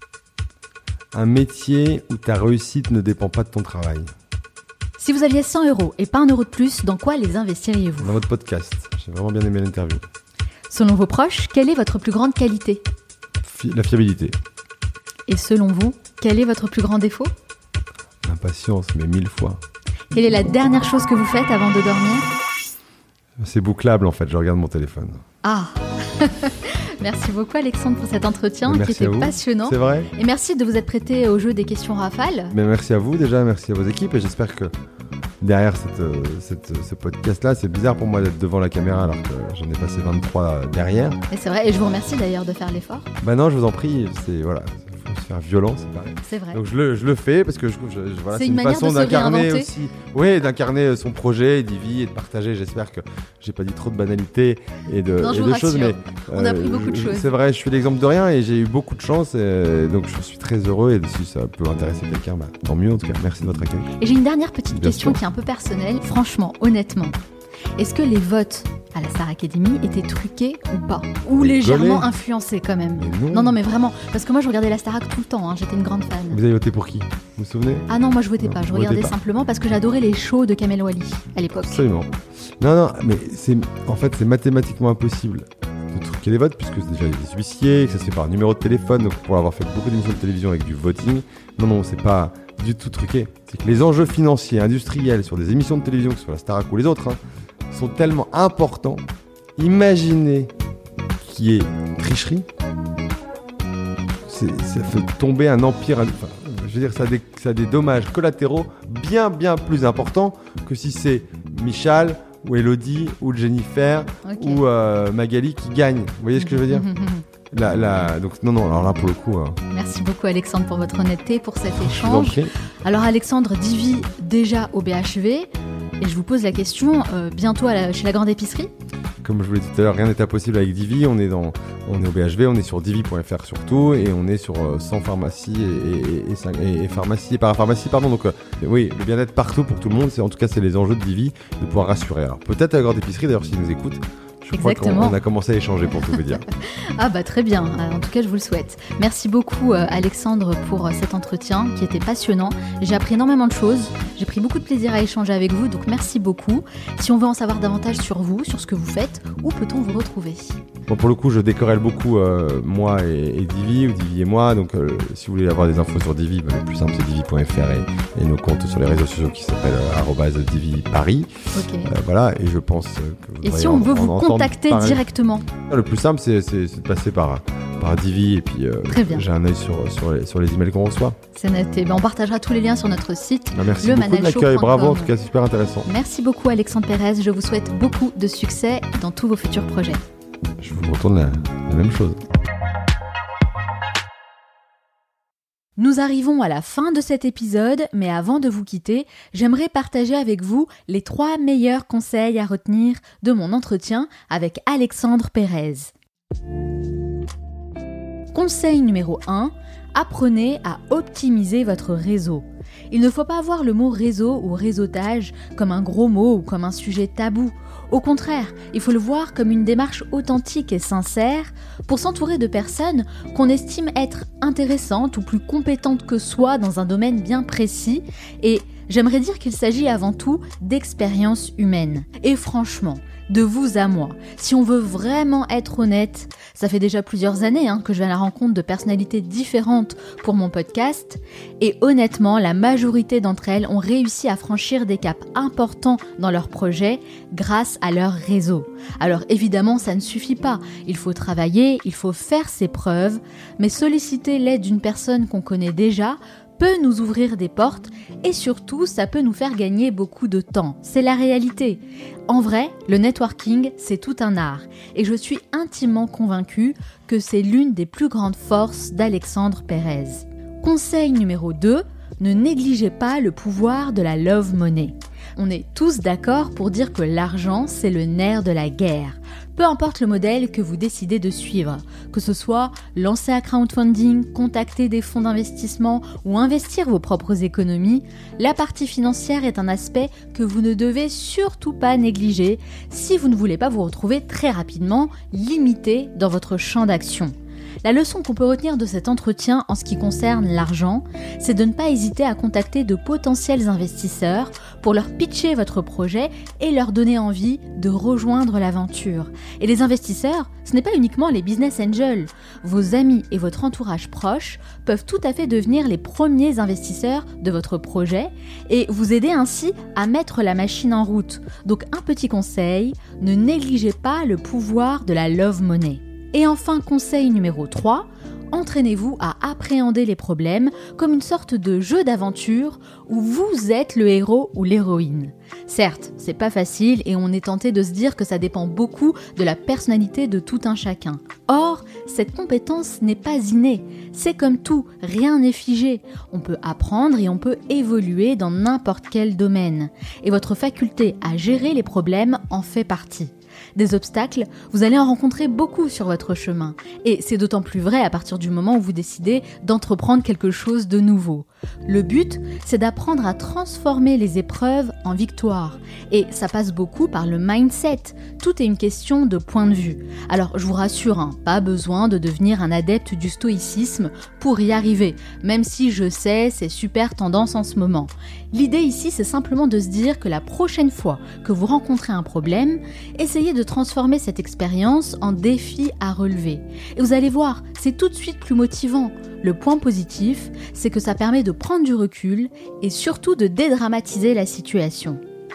Un métier où ta réussite ne dépend pas de ton travail. Si vous aviez 100 € et pas 1 euro de plus, dans quoi les investiriez-vous? Dans votre podcast. J'ai vraiment bien aimé l'interview. Selon vos proches, quelle est votre plus grande qualité? La fiabilité. Et selon vous, quel est votre plus grand défaut? L'impatience, mais 1000 fois. Quelle est la dernière chose que vous faites avant de dormir? C'est bouclable en fait, je regarde mon téléphone. Ah. Merci beaucoup Alexandre pour cet entretien qui était passionnant. C'est vrai. Et merci de vous être prêté au jeu des questions rafales. Mais merci à vous déjà, merci à vos équipes et j'espère que derrière ce podcast-là, c'est bizarre pour moi d'être devant la caméra alors que j'en ai passé 23 derrière. Et c'est vrai, et je vous remercie d'ailleurs de faire l'effort. Bah non, je vous en prie, voilà. Faut se faire violent, c'est pareil. C'est vrai. Donc je le fais parce que je trouve voilà, c'est une façon d'incarner aussi. Oui, d'incarner son projet, Divi et de partager. J'espère que j'ai pas dit trop de banalités et de choses, mais on a appris beaucoup de choses. C'est vrai, je suis l'exemple de rien et j'ai eu beaucoup de chance et donc je suis très heureux et si ça peut intéresser quelqu'un, bah, tant mieux en tout cas. Merci de votre accueil. Et j'ai une dernière petite question qui est un peu personnelle. Franchement, honnêtement, est-ce que les votes à la Star Academy étaient truqués ou pas? Ou légèrement influencés quand même? Non, mais vraiment. Parce que moi, je regardais la Starac tout le temps. Hein, j'étais une grande fan. Vous avez voté pour qui? Vous vous souvenez? Ah non, moi je votais pas. Je regardais simplement parce que j'adorais les shows de Kamel Wally à l'époque. Absolument. Non, mais c'est mathématiquement impossible de truquer les votes, puisque déjà il y a des huissiers, que ça se fait par numéro de téléphone, donc pour avoir fait beaucoup d'émissions de télévision avec du voting, non, c'est pas du tout truqué. C'est que les enjeux financiers, industriels sur des émissions de télévision, que ce soit la Starac ou les autres, sont tellement importants. Imaginez qu'il y ait tricherie, ça fait tomber un empire. Enfin, je veux dire, ça a des dommages collatéraux bien plus importants que si c'est Michal ou Elodie ou Jennifer ou Magali qui gagne. Vous voyez ce que je veux dire? Donc non, alors là pour le coup... Merci beaucoup Alexandre pour votre honnêteté, pour cet échange. Alors Alexandre, Divi déjà au BHV, et je vous pose la question, bientôt chez la grande épicerie? Comme je vous l'ai dit tout à l'heure, rien n'est impossible avec Divi. On est au BHV, on est sur divi.fr surtout, et on est sur 100 pharmacies et pharmacies et parapharmacies, pardon. Donc oui, le bien-être partout pour tout le monde, en tout cas c'est les enjeux de Divi, de pouvoir rassurer. Alors peut-être à la grande épicerie, d'ailleurs s'ils nous écoutent, je crois qu'on a commencé à échanger pour tout vous dire. Ah bah très bien, en tout cas je vous le souhaite. Merci beaucoup Alexandre pour cet entretien qui était passionnant. J'ai appris énormément de choses, j'ai pris beaucoup de plaisir à échanger avec vous, donc merci beaucoup. Si on veut en savoir davantage sur vous, sur ce que vous faites, où peut-on vous retrouver? Bon, pour le coup, je décorèle beaucoup moi et Divi, ou Divi et moi. Donc, si vous voulez avoir des infos sur Divi, le plus simple c'est divi.fr et nos comptes sur les réseaux sociaux qui s'appellent @DiviParis. Ok. Voilà, et je pense que vous Et si on veut vous contacter directement? Le plus simple, c'est de passer par Divi, et puis j'ai un œil sur les emails qu'on reçoit. C'est noté. On partagera tous les liens sur notre site. Merci beaucoup de l'accueil, bravo, en tout cas c'est super intéressant. Merci beaucoup Alexandre Pérez, je vous souhaite beaucoup de succès dans tous vos futurs projets. Je vous retourne la même chose. Nous arrivons à la fin de cet épisode, mais avant de vous quitter, j'aimerais partager avec vous les 3 meilleurs conseils à retenir de mon entretien avec Alexandre Pérez. Conseil numéro 1, apprenez à optimiser votre réseau. Il ne faut pas voir le mot réseau ou réseautage comme un gros mot ou comme un sujet tabou. Au contraire, il faut le voir comme une démarche authentique et sincère pour s'entourer de personnes qu'on estime être intéressantes ou plus compétentes que soi dans un domaine bien précis. Et j'aimerais dire qu'il s'agit avant tout d'expériences humaines. Et franchement, de vous à moi, si on veut vraiment être honnête, ça fait déjà plusieurs années que je vais à la rencontre de personnalités différentes pour mon podcast, et honnêtement, la majorité d'entre elles ont réussi à franchir des caps importants dans leur projet grâce à leur réseau. Alors évidemment, ça ne suffit pas, il faut travailler, il faut faire ses preuves, mais solliciter l'aide d'une personne qu'on connaît déjà peut nous ouvrir des portes et surtout ça peut nous faire gagner beaucoup de temps. C'est la réalité. En vrai, le networking, c'est tout un art et je suis intimement convaincue que c'est l'une des plus grandes forces d'Alexandre Pérez. Conseil numéro 2, ne négligez pas le pouvoir de la love money. On est tous d'accord pour dire que l'argent, c'est le nerf de la guerre. Peu importe le modèle que vous décidez de suivre, que ce soit lancer un crowdfunding, contacter des fonds d'investissement ou investir vos propres économies, la partie financière est un aspect que vous ne devez surtout pas négliger si vous ne voulez pas vous retrouver très rapidement limité dans votre champ d'action. La leçon qu'on peut retenir de cet entretien en ce qui concerne l'argent, c'est de ne pas hésiter à contacter de potentiels investisseurs pour leur pitcher votre projet et leur donner envie de rejoindre l'aventure. Et les investisseurs, ce n'est pas uniquement les business angels. Vos amis et votre entourage proche peuvent tout à fait devenir les premiers investisseurs de votre projet et vous aider ainsi à mettre la machine en route. Donc un petit conseil, ne négligez pas le pouvoir de la love money. Et enfin, conseil numéro 3, entraînez-vous à appréhender les problèmes comme une sorte de jeu d'aventure où vous êtes le héros ou l'héroïne. Certes, c'est pas facile et on est tenté de se dire que ça dépend beaucoup de la personnalité de tout un chacun. Or, cette compétence n'est pas innée. C'est comme tout, rien n'est figé. On peut apprendre et on peut évoluer dans n'importe quel domaine. Et votre faculté à gérer les problèmes en fait partie. Des obstacles, vous allez en rencontrer beaucoup sur votre chemin. Et c'est d'autant plus vrai à partir du moment où vous décidez d'entreprendre quelque chose de nouveau. Le but, c'est d'apprendre à transformer les épreuves en victoires. Et ça passe beaucoup par le mindset. Tout est une question de point de vue. Alors, je vous rassure, pas besoin de devenir un adepte du stoïcisme pour y arriver, même si je sais, c'est super tendance en ce moment. L'idée ici, c'est simplement de se dire que la prochaine fois que vous rencontrez un problème, essayez de transformer cette expérience en défi à relever. Et vous allez voir, c'est tout de suite plus motivant. Le point positif, c'est que ça permet de prendre du recul et surtout de dédramatiser la situation.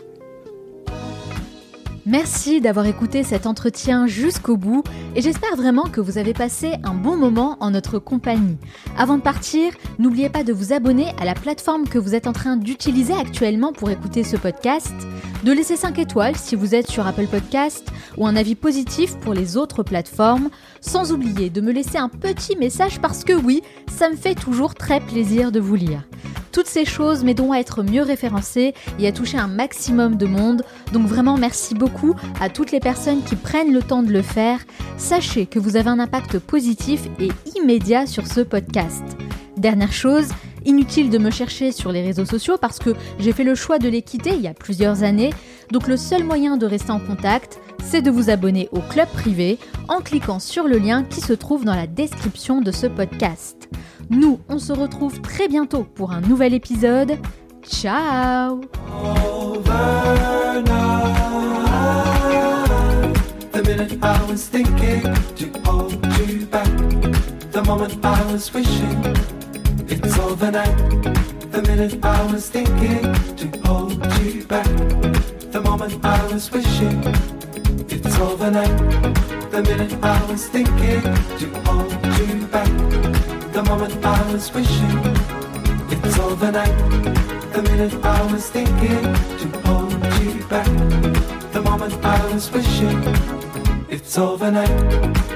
Merci d'avoir écouté cet entretien jusqu'au bout et j'espère vraiment que vous avez passé un bon moment en notre compagnie. Avant de partir, n'oubliez pas de vous abonner à la plateforme que vous êtes en train d'utiliser actuellement pour écouter ce podcast, de laisser 5 étoiles si vous êtes sur Apple Podcast ou un avis positif pour les autres plateformes, sans oublier de me laisser un petit message parce que oui, ça me fait toujours très plaisir de vous lire. Toutes ces choses m'aident à être mieux référencées et à toucher un maximum de monde. Donc vraiment merci beaucoup à toutes les personnes qui prennent le temps de le faire. Sachez que vous avez un impact positif et immédiat sur ce podcast. Dernière chose, inutile de me chercher sur les réseaux sociaux parce que j'ai fait le choix de les quitter il y a plusieurs années. Donc le seul moyen de rester en contact, c'est de vous abonner au club privé en cliquant sur le lien qui se trouve dans la description de ce podcast. Nous, on se retrouve très bientôt pour un nouvel épisode. Ciao! The minute I was thinking to hold you back, the moment I was wishing it's overnight. The minute I was thinking to hold you back, the moment I was wishing it's overnight. The minute I was thinking to hold you back, the moment I was wishing it's overnight. The minute I was thinking to hold you back, the moment I was wishing it's overnight.